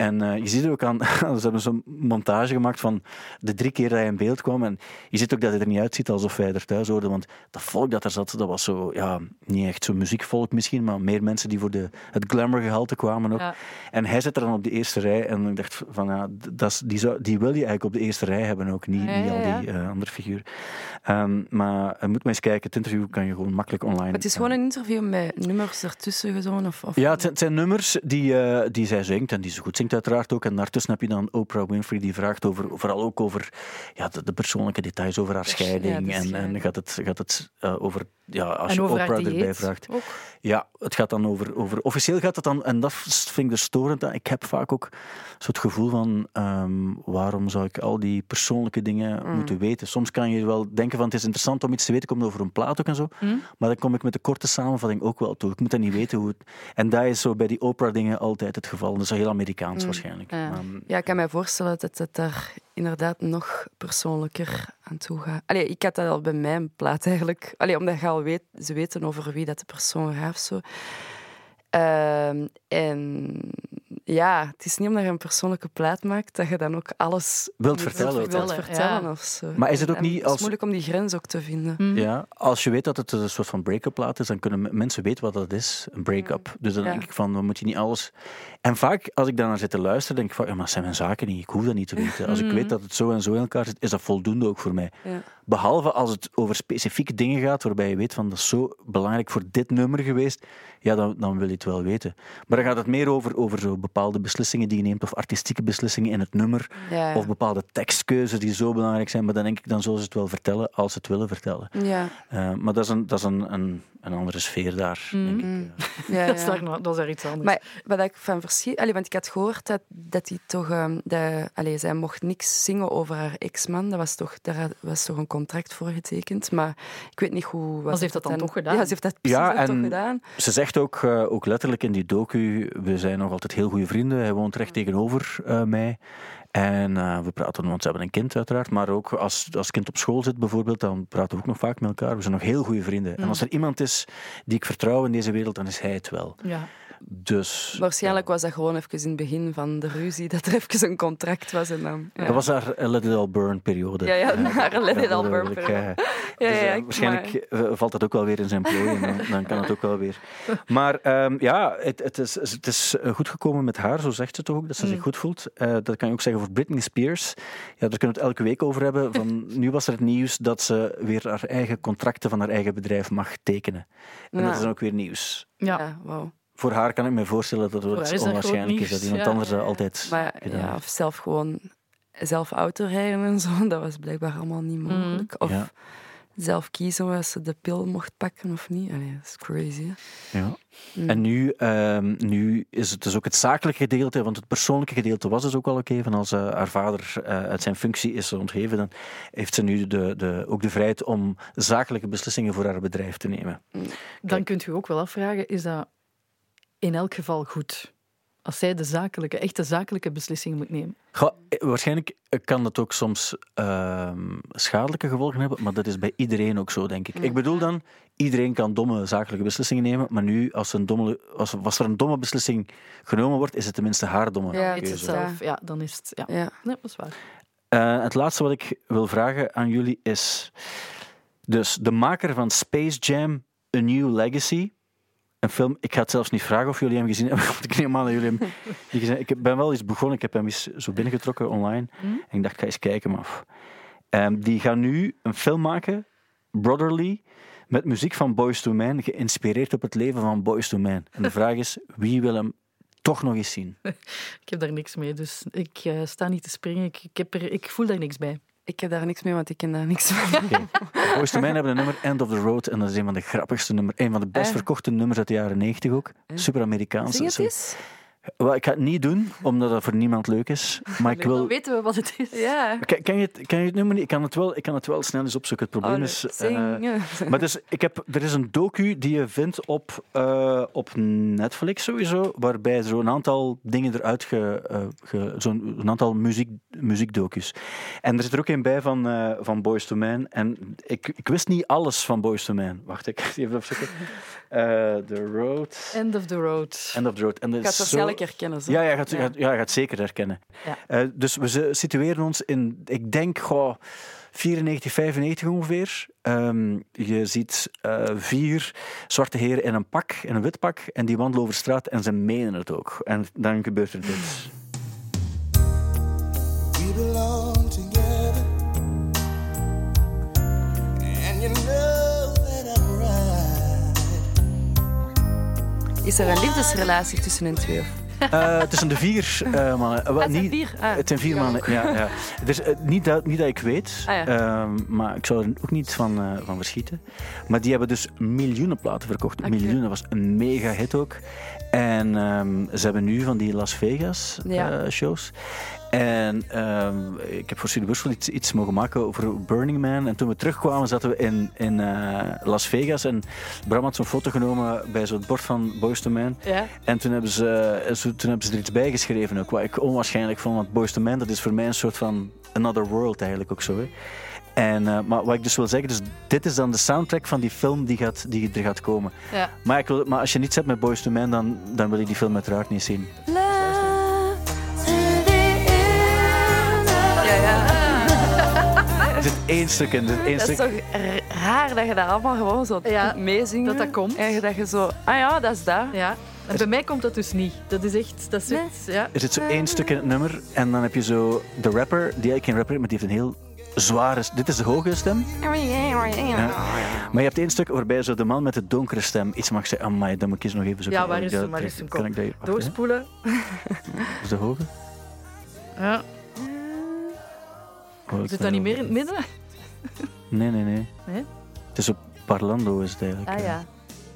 En uh, je ziet ook aan... Ze hebben zo'n montage gemaakt van de drie keer dat hij in beeld kwam. En je ziet ook dat hij er niet uitziet alsof hij er thuis hoorde. Want dat volk dat er zat, dat was zo... Ja, niet echt zo muziekvolk misschien, maar meer mensen die voor de, het glamour-gehalte kwamen ook. Ja. En hij zit er dan op de eerste rij. En ik dacht van, ja, dat is, die, zou, die wil je eigenlijk op de eerste rij hebben ook. Niet, ja, niet al die uh, andere figuren. Um, maar je moet maar eens kijken. Het interview kan je gewoon makkelijk online... Maar het is gewoon een interview met nummers ertussen gezongen? Of, of ja, het zijn, het zijn nummers die, uh, die zij zingt en die ze goed zingt uiteraard ook. En daartussen heb je dan Oprah Winfrey die vraagt over, vooral ook over ja, de, de persoonlijke details over haar scheiding. Ja, en, en gaat het, gaat het uh, over... Ja, als en je over Oprah erbij vraagt. Ook. Ja, het gaat dan over, over... Officieel gaat het dan... En dat vind ik dus storend. Ik heb vaak ook zo het gevoel van... Um, waarom zou ik al die persoonlijke dingen mm. moeten weten? Soms kan je wel denken van... Het is interessant om iets te weten. Komt over een plaat ook en zo. Mm. Maar dan kom ik met de korte samenvatting ook wel toe. Ik moet dat niet weten hoe het... En dat is zo bij die Oprah-dingen altijd het geval. Dat is heel Amerikaans mm. waarschijnlijk. Ja. Um, ja, ik kan me voorstellen dat het daar inderdaad nog persoonlijker aan toe gaat. Allee, ik had dat al bij mijn plaat eigenlijk. Allee, omdat je al weet, ze weten over wie dat de persoon gaat of zo. Uh, en ja, het is niet omdat je een persoonlijke plaat maakt dat je dan ook alles wilt vertellen. Wilt vertellen, vertellen ja. of zo. Maar is het ook en, niet en als... Het is moeilijk om die grens ook te vinden. Mm. Ja, als je weet dat het een soort van break-up plaat is, dan kunnen mensen weten wat dat is, een break-up. Mm. Dus dan ja. denk ik van, dan moet je niet alles... En vaak, als ik daar naar zit te luisteren, denk ik van, ja, maar dat zijn mijn zaken niet, ik hoef dat niet te weten. Als ik weet dat het zo en zo in elkaar zit, is dat voldoende ook voor mij. Ja. Behalve als het over specifieke dingen gaat, waarbij je weet van, dat is zo belangrijk voor dit nummer geweest, ja, dan, dan wil je het wel weten. Maar dan gaat het meer over, over zo bepaalde beslissingen die je neemt, of artistieke beslissingen in het nummer, ja, ja. of bepaalde tekstkeuzes die zo belangrijk zijn. Maar dan denk ik, dan zullen ze het wel vertellen als ze het willen vertellen. Ja. Uh, maar dat is een, dat is een, een, een andere sfeer daar, mm. denk ik. Ja, ja. dat, is daar, dat is er iets anders. Maar wat ik van verschiet... Allee, want ik had gehoord dat, dat hij toch... Um, dat, allee, zij mocht niks zingen over haar ex-man. Dat was toch, daar was toch een contract voor getekend. Maar ik weet niet hoe... Maar ze heeft dat dan, dan toch gedaan? Ja, ze heeft dat precies ja, en toch gedaan. Ze zegt ook, uh, ook letterlijk in die docu, we zijn nog altijd heel goede vrienden. Hij woont recht tegenover uh, mij. En uh, we praten, want ze hebben een kind uiteraard, maar ook als, als kind op school zit bijvoorbeeld, dan praten we ook nog vaak met elkaar. We zijn nog heel goede vrienden. Mm. En als er iemand is die ik vertrouw in deze wereld, dan is hij het wel. Ja. Dus, waarschijnlijk ja. was dat gewoon even in het begin van de ruzie, dat er even een contract was. En dan, ja. Dat was haar Let It All Burn periode. Ja, ja, haar Let It All Burn periode. Ja, ja, dus, uh, ja, waarschijnlijk maar... valt dat ook wel weer in zijn plooi en dan, dan kan het ook wel weer. Maar um, ja, het, het, is, het is goed gekomen met haar, zo zegt ze toch ook, dat ze mm. zich goed voelt. Uh, dat kan je ook zeggen voor Britney Spears. Ja, daar kunnen we het elke week over hebben. Van, nu was er het nieuws dat ze weer haar eigen contracten van haar eigen bedrijf mag tekenen. En ja. dat is dan ook weer nieuws. Ja, ja wow. Voor haar kan ik me voorstellen dat het onwaarschijnlijk is dat iemand ja, anders ja, ja. altijd maar, ja, of zelf gewoon zelf auto rijden en zo, dat was blijkbaar allemaal niet mogelijk. Of ja. zelf kiezen of ze de pil mocht pakken of niet. Allee, dat is crazy. Hè? Ja. Mm. En nu, um, nu is het dus ook het zakelijke gedeelte, want het persoonlijke gedeelte was dus ook al oké. Van als uh, haar vader uh, uit zijn functie is ontheven, dan heeft ze nu de, de, ook de vrijheid om zakelijke beslissingen voor haar bedrijf te nemen. Mm. Dan kunt u ook wel afvragen, is dat in elk geval goed? Als zij de zakelijke, echte zakelijke beslissingen moet nemen. Goh, waarschijnlijk kan dat ook soms uh, schadelijke gevolgen hebben, maar dat is bij iedereen ook zo, denk ik. Ik bedoel dan, iedereen kan domme zakelijke beslissingen nemen, maar nu, als, een domme, als, als er een domme beslissing genomen wordt, is het tenminste haar domme ja, keuze. Het zelf, ja, dan is het... Ja, ja. Nee, dat is waar. Uh, het laatste wat ik wil vragen aan jullie is... Dus de maker van Space Jam, A New Legacy... Een film, ik ga het zelfs niet vragen of jullie hem gezien hebben, want ik neem aan dat jullie hem gezien hebben. Ik ben wel eens begonnen, ik heb hem eens zo binnengetrokken online. Mm. En ik dacht, ik ga eens kijken. Maar... Um, die gaan nu een film maken, Brotherly, met muziek van Boyz two Men, geïnspireerd op het leven van Boyz two Men. En de vraag is, wie wil hem toch nog eens zien? Ik heb daar niks mee, dus ik uh, sta niet te springen. Ik, ik, heb er, ik voel daar niks bij. Ik heb daar niks mee, want ik ken daar niks van. Okay. Boyz two Men hebben een nummer, End of the Road, en dat is een van de grappigste nummers, een van de best verkochte nummers uit de jaren negentig ook. Super Amerikaans. Zing het eens? Wel, ik ga het niet doen, omdat dat voor niemand leuk is. Maar ik wil... Dan weten we wat het is. Ja. Kan, kan, je het, kan je het nummer niet? Ik kan het wel, ik kan het wel snel eens opzoeken. Het probleem oh, is... Uh, maar dus, ik heb, er is een docu die je vindt op, uh, op Netflix sowieso, waarbij zo'n aantal dingen eruit... Ge, uh, ge, zo'n een aantal muziek, muziekdocus. En er zit er ook een bij van, uh, van Boyz two Men. En ik, ik wist niet alles van Boyz two Men. Wacht, ik ga even opzoeken. Uh, the Road... End of the Road. End of the Road. En ik had waarschijnlijk ik herkennen. Zo. Ja, je gaat, Ja. gaat, ja, je gaat zeker herkennen. Ja. Uh, dus we z- situeren ons in, ik denk, goh, vierennegentig, vijfennegentig ongeveer. Um, je ziet uh, vier zwarte heren in een pak, in een wit pak, en die wandelen over straat en ze menen het ook. En dan gebeurt er dit. We belong together, and you know that I'm right. Is er een liefdesrelatie tussen hen twee? Of? Uh, tussen de vier uh, mannen. Uh, Ah, het zijn niet, vier? Ah, het zijn vier ja, mannen, ja. ja. Dus, uh, niet, dat, niet dat ik weet, Ah, ja. uh, maar ik zou er ook niet van, uh, van verschieten. Maar die hebben dus miljoenen platen verkocht. Okay. Miljoenen, dat was een mega hit ook. En um, ze hebben nu van die Las Vegas ja. uh, shows. En um, ik heb voor Studio Brussel iets, iets mogen maken over Burning Man. En toen we terugkwamen zaten we in, in uh, Las Vegas. En Bram had zo'n foto genomen bij zo'n bord van Boyz two Men. Ja. En toen hebben, ze, zo, toen hebben ze er iets bij geschreven ook, wat ik onwaarschijnlijk vond. Want Boyz two Men, dat is voor mij een soort van another world eigenlijk ook zo. Hè. En, uh, maar wat ik dus wil zeggen, dus dit is dan de soundtrack van die film die, gaat, die er gaat komen. Ja. Maar, ik wil, maar als je niets hebt met Boyz two Men, dan, dan wil je die film uiteraard niet zien. Ja, ja. Er zit één stuk in. Er zit één Dat is stuk. toch raar dat je dat allemaal gewoon zo Ja, meezingt. dat dat komt. En dat je zo, ah ja, dat is dat. Ja. En bij mij komt dat dus niet. Dat is echt... Dat is Nee. echt ja. Er zit zo één stuk in het nummer en dan heb je zo de rapper, die eigenlijk geen rapper is, maar die heeft een heel zware... Dit is de hoge stem. Ja. Maar je hebt één stuk waarbij zo de man met de donkere stem iets mag zeggen. Amai, dan moet ik eens nog even zo... Ja, waar is Ja, hem? Waar is hem? kan Kom. ik dat hier- wacht, hè. Doorspoelen. Dat is de hoge. Ja. Oh, ik Zit ben dat niet er- meer in het midden? Nee, nee, nee. Nee? Het is op parlando is het eigenlijk. Ah hè. ja.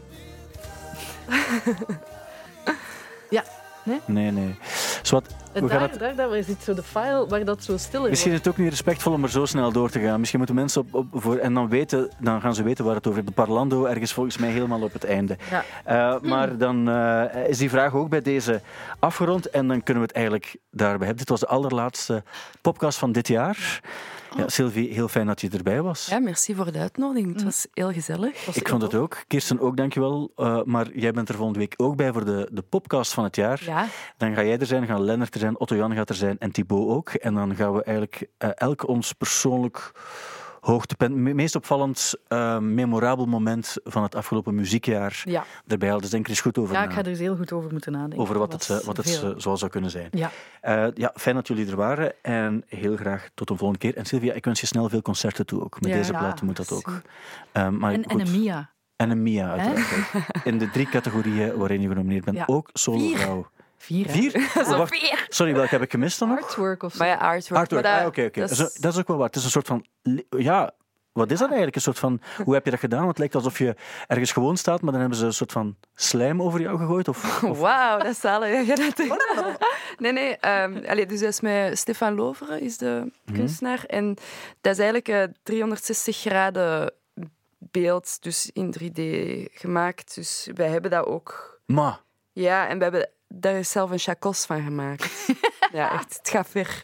Ja. Nee? Nee, nee. Zwat, En we gaan daar, het... daar, daar zit zo de file waar dat zo stil is. Misschien is het ook niet respectvol om er zo snel door te gaan. Misschien moeten mensen op, op voor en dan weten, dan gaan ze weten waar het over heeft. De parlando ergens volgens mij helemaal op het einde. Ja. Uh, maar dan uh, is die vraag ook bij deze afgerond en dan kunnen we het eigenlijk daarbij hebben. Dit was de allerlaatste podcast van dit jaar. Ja, Sylvie, heel fijn dat je erbij was. Ja, merci voor de uitnodiging. Het was heel gezellig. Ik vond het ook. Kirsten ook, dankjewel. Uh, maar jij bent er volgende week ook bij voor de, de podcast van het jaar. Ja. Dan ga jij er zijn, gaan Lennart er zijn, Otto Jan gaat er zijn en Thibaut ook. En dan gaan we eigenlijk uh, elk ons persoonlijk hoogtepunt, me- meest opvallend, uh, memorabel moment van het afgelopen muziekjaar Ja. erbij halen. Dus denk er eens goed over Ja, na. ik ga er eens heel goed over moeten nadenken. Over wat Dat het, was uh, wat het veel. uh, zoal zou kunnen zijn. Ja. Uh, ja, fijn dat jullie er waren en heel graag tot een volgende keer. En Sylvia, ik wens je snel veel concerten toe ook. Met Ja, deze ja, plaat moet dat ook. merci. Uh, maar En, en goed. een Mia. En een Mia, uiteraard. In de drie categorieën waarin je genomineerd bent. Ja. Ook solo-vrouw. Vier, hè? Vier? Zo Wacht, vier. sorry, welke heb ik gemist dan nog? Artwork of zo. Maar ja, artwork. Artwork, Maar dat- ah, oké, oké. dat Dat, is- is- dat is ook wel waar. Het is een soort van... li- Ja, wat is dat eigenlijk? Een soort van... Hoe heb je dat gedaan? Want het lijkt alsof je ergens gewoon staat, maar dan hebben ze een soort van slijm over jou gegooid. Of, of... Wauw, dat is zalig. Ja, dat denk ik. Nee, nee. Um, allee, dus dat is met Stefan Loveren, is de kunstenaar. En dat is eigenlijk een driehonderdzestig graden beeld, dus in drie D gemaakt. Dus wij hebben dat ook... Maar... Ja, en we hebben daar is zelf een chacos van gemaakt. Ja, echt. Het gaat ver.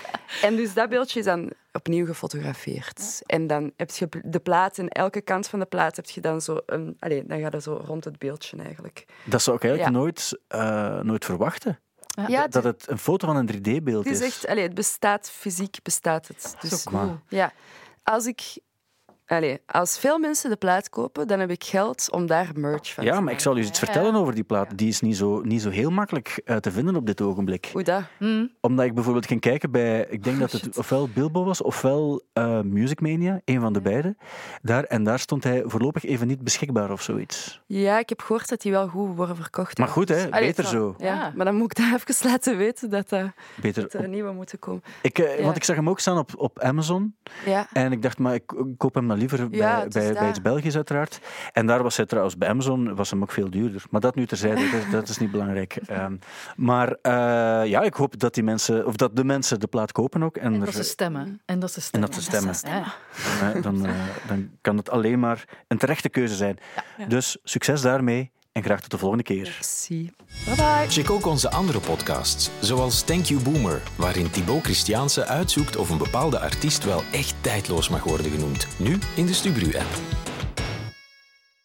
En dus dat beeldje is dan opnieuw gefotografeerd. En dan heb je de plaat, en elke kant van de plaat heb je dan zo een... Allee, dan gaat het zo rond het beeldje eigenlijk. Dat zou ik eigenlijk Ja. nooit, uh, nooit verwachten. Ja, Dat het een foto van een drie D-beeld het is. is echt... Allee, het bestaat, fysiek bestaat het. Dus, Zo cool. ja, als ik... Allee, als veel mensen de plaat kopen, dan heb ik geld om daar merch van te Ja, maar maken. ik zal u iets vertellen over die plaat. Die is niet zo, niet zo heel makkelijk uh, te vinden op dit ogenblik. Hoe dat? Omdat ik bijvoorbeeld ging kijken bij, ik denk dat het ofwel Bilbo was, ofwel uh, Music Mania, een van de beide. Daar, en daar stond hij voorlopig even niet beschikbaar of zoiets. Ja, ik heb gehoord dat die wel goed worden verkocht. Maar goed, hè, Allee, beter het zo. zal- Ja, Ja. maar dan moet ik daar even laten weten dat, uh, Beter dat er op- nieuwe moeten komen. ik, uh, Ja. Want ik zag hem ook staan op, op Amazon. Ja. En ik dacht, maar ik koop hem dan liever bij, Ja, het is bij, bij daar. iets Belgisch uiteraard. En daar was hij trouwens, bij Amazon was hem ook veel duurder. Maar dat nu terzijde, dat, is- dat is niet belangrijk. Um, maar uh, ja, ik hoop dat die mensen, of dat de mensen de plaat kopen ook. En, En er- dat ze stemmen. En dat ze en stemmen. dat ze stemmen. Ja. Dan, uh, dan, uh, dan kan het alleen maar een terechte keuze zijn. Ja. Dus succes daarmee en graag tot de volgende keer. Merci. Bye bye. Check ook onze andere podcasts, zoals Thank You Boomer, waarin Thibaut Christiaanse uitzoekt of een bepaalde artiest wel echt tijdloos mag worden genoemd. Nu in de Stubru-app.